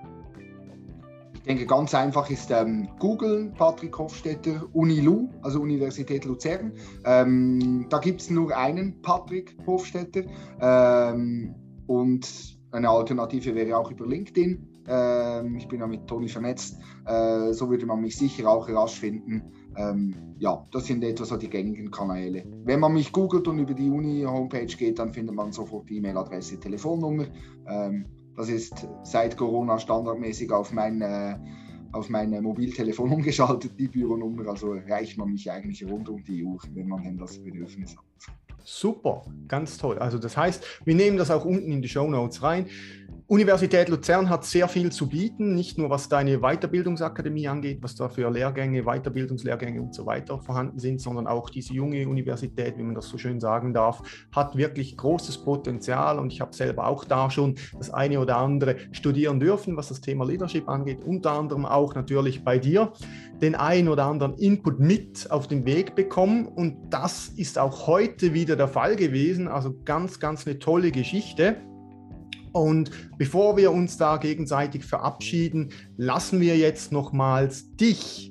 Ich denke, ganz einfach ist ähm, Google, Patrick Hofstetter, UniLu, also Universität Luzern. Ähm, da gibt es nur einen Patrick Hofstetter ähm, und eine Alternative wäre auch über LinkedIn. Ähm, ich bin ja mit Toni vernetzt, äh, so würde man mich sicher auch rasch finden. Ähm, ja, das sind etwa so die gängigen Kanäle. Wenn man mich googelt und über die Uni-Homepage geht, dann findet man sofort die E-Mail-Adresse, Telefonnummer. Ähm, das ist seit Corona standardmäßig auf mein, äh, auf mein Mobiltelefon umgeschaltet, die Büronummer. Also erreicht man mich eigentlich rund um die Uhr, wenn man denn das Bedürfnis hat. Super, ganz toll. Also das heißt, wir nehmen das auch unten in die Shownotes rein. Universität Luzern hat sehr viel zu bieten, nicht nur was deine Weiterbildungsakademie angeht, was da für Lehrgänge, Weiterbildungslehrgänge und so weiter vorhanden sind, sondern auch diese junge Universität, wie man das so schön sagen darf, hat wirklich großes Potenzial und ich habe selber auch da schon das eine oder andere studieren dürfen, was das Thema Leadership angeht, unter anderem auch natürlich bei dir den einen oder anderen Input mit auf den Weg bekommen und das ist auch heute wieder der Fall gewesen, also ganz, ganz eine tolle Geschichte. Und bevor wir uns da gegenseitig verabschieden, lassen wir jetzt nochmals dich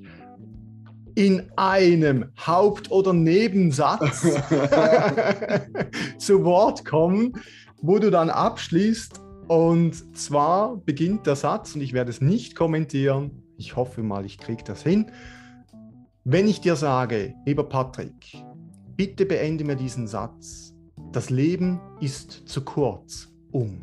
in einem Haupt- oder Nebensatz zu Wort kommen, wo du dann abschließt. Und zwar beginnt der Satz, und ich werde es nicht kommentieren, ich hoffe mal, ich kriege das hin. Wenn ich dir sage, lieber Patrick, bitte beende mir diesen Satz, das Leben ist zu kurz, um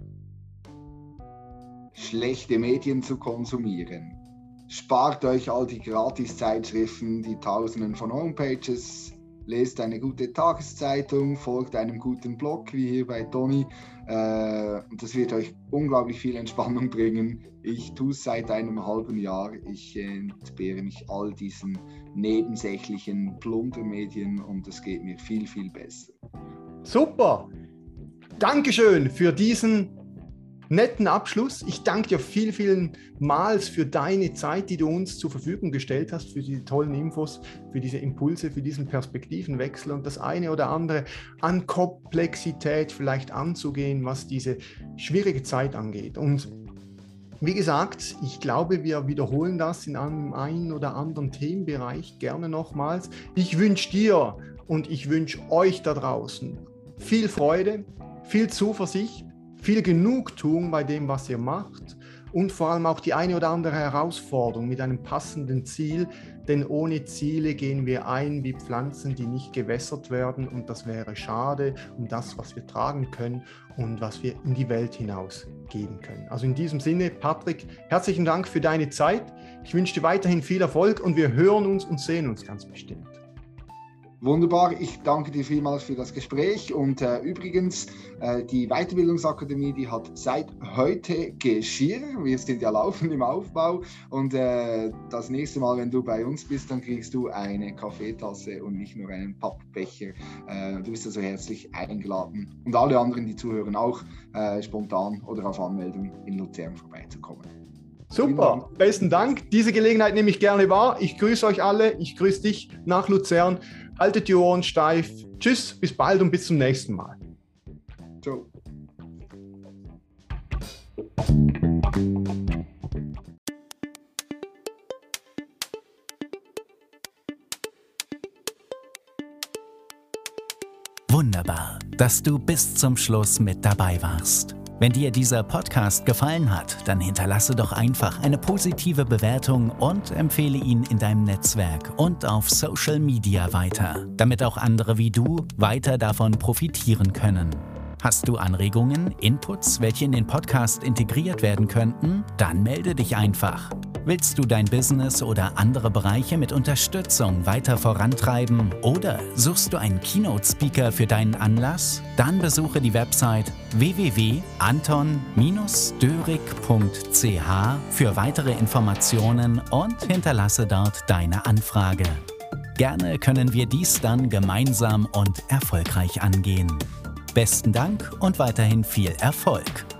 schlechte Medien zu konsumieren. Spart euch all die Gratis-Zeitschriften, die Tausenden von Homepages, lest eine gute Tageszeitung, folgt einem guten Blog, wie hier bei Toni. Äh, und das wird euch unglaublich viel Entspannung bringen. Ich tue es seit einem halben Jahr. Ich entbehre mich all diesen nebensächlichen Plundermedien und es geht mir viel, viel besser. Super! Dankeschön für diesen netten Abschluss. Ich danke dir viel, vielen Mals für deine Zeit, die du uns zur Verfügung gestellt hast, für diese tollen Infos, für diese Impulse, für diesen Perspektivenwechsel und das eine oder andere an Komplexität vielleicht anzugehen, was diese schwierige Zeit angeht. Und wie gesagt, ich glaube, wir wiederholen das in einem einen oder anderen Themenbereich gerne nochmals. Ich wünsche dir und ich wünsche euch da draußen viel Freude, viel Zuversicht, viel Genugtuung bei dem, was ihr macht und vor allem auch die eine oder andere Herausforderung mit einem passenden Ziel, denn ohne Ziele gehen wir ein wie Pflanzen, die nicht gewässert werden und das wäre schade um das, was wir tragen können und was wir in die Welt hinaus geben können. Also in diesem Sinne, Patrick, herzlichen Dank für deine Zeit. Ich wünsche dir weiterhin viel Erfolg und wir hören uns und sehen uns ganz bestimmt. Wunderbar, ich danke dir vielmals für das Gespräch und äh, übrigens, äh, die Weiterbildungsakademie, die hat seit heute Geschirr, wir sind ja laufend im Aufbau und äh, das nächste Mal, wenn du bei uns bist, dann kriegst du eine Kaffeetasse und nicht nur einen Pappbecher. Äh, du bist also herzlich eingeladen und alle anderen, die zuhören, auch äh, spontan oder auf Anmeldung in Luzern vorbeizukommen. Super, besten Dank. Diese Gelegenheit nehme ich gerne wahr. Ich grüße euch alle, ich grüße dich nach Luzern. Haltet die Ohren steif. Tschüss, bis bald und bis zum nächsten Mal. Ciao. Wunderbar, dass du bis zum Schluss mit dabei warst. Wenn dir dieser Podcast gefallen hat, dann hinterlasse doch einfach eine positive Bewertung und empfehle ihn in deinem Netzwerk und auf Social Media weiter, damit auch andere wie du weiter davon profitieren können. Hast du Anregungen, Inputs, welche in den Podcast integriert werden könnten? Dann melde dich einfach. Willst du dein Business oder andere Bereiche mit Unterstützung weiter vorantreiben oder suchst du einen Keynote-Speaker für deinen Anlass? Dann besuche die Website w w w punkt anton dörig punkt c h für weitere Informationen und hinterlasse dort deine Anfrage. Gerne können wir dies dann gemeinsam und erfolgreich angehen. Besten Dank und weiterhin viel Erfolg!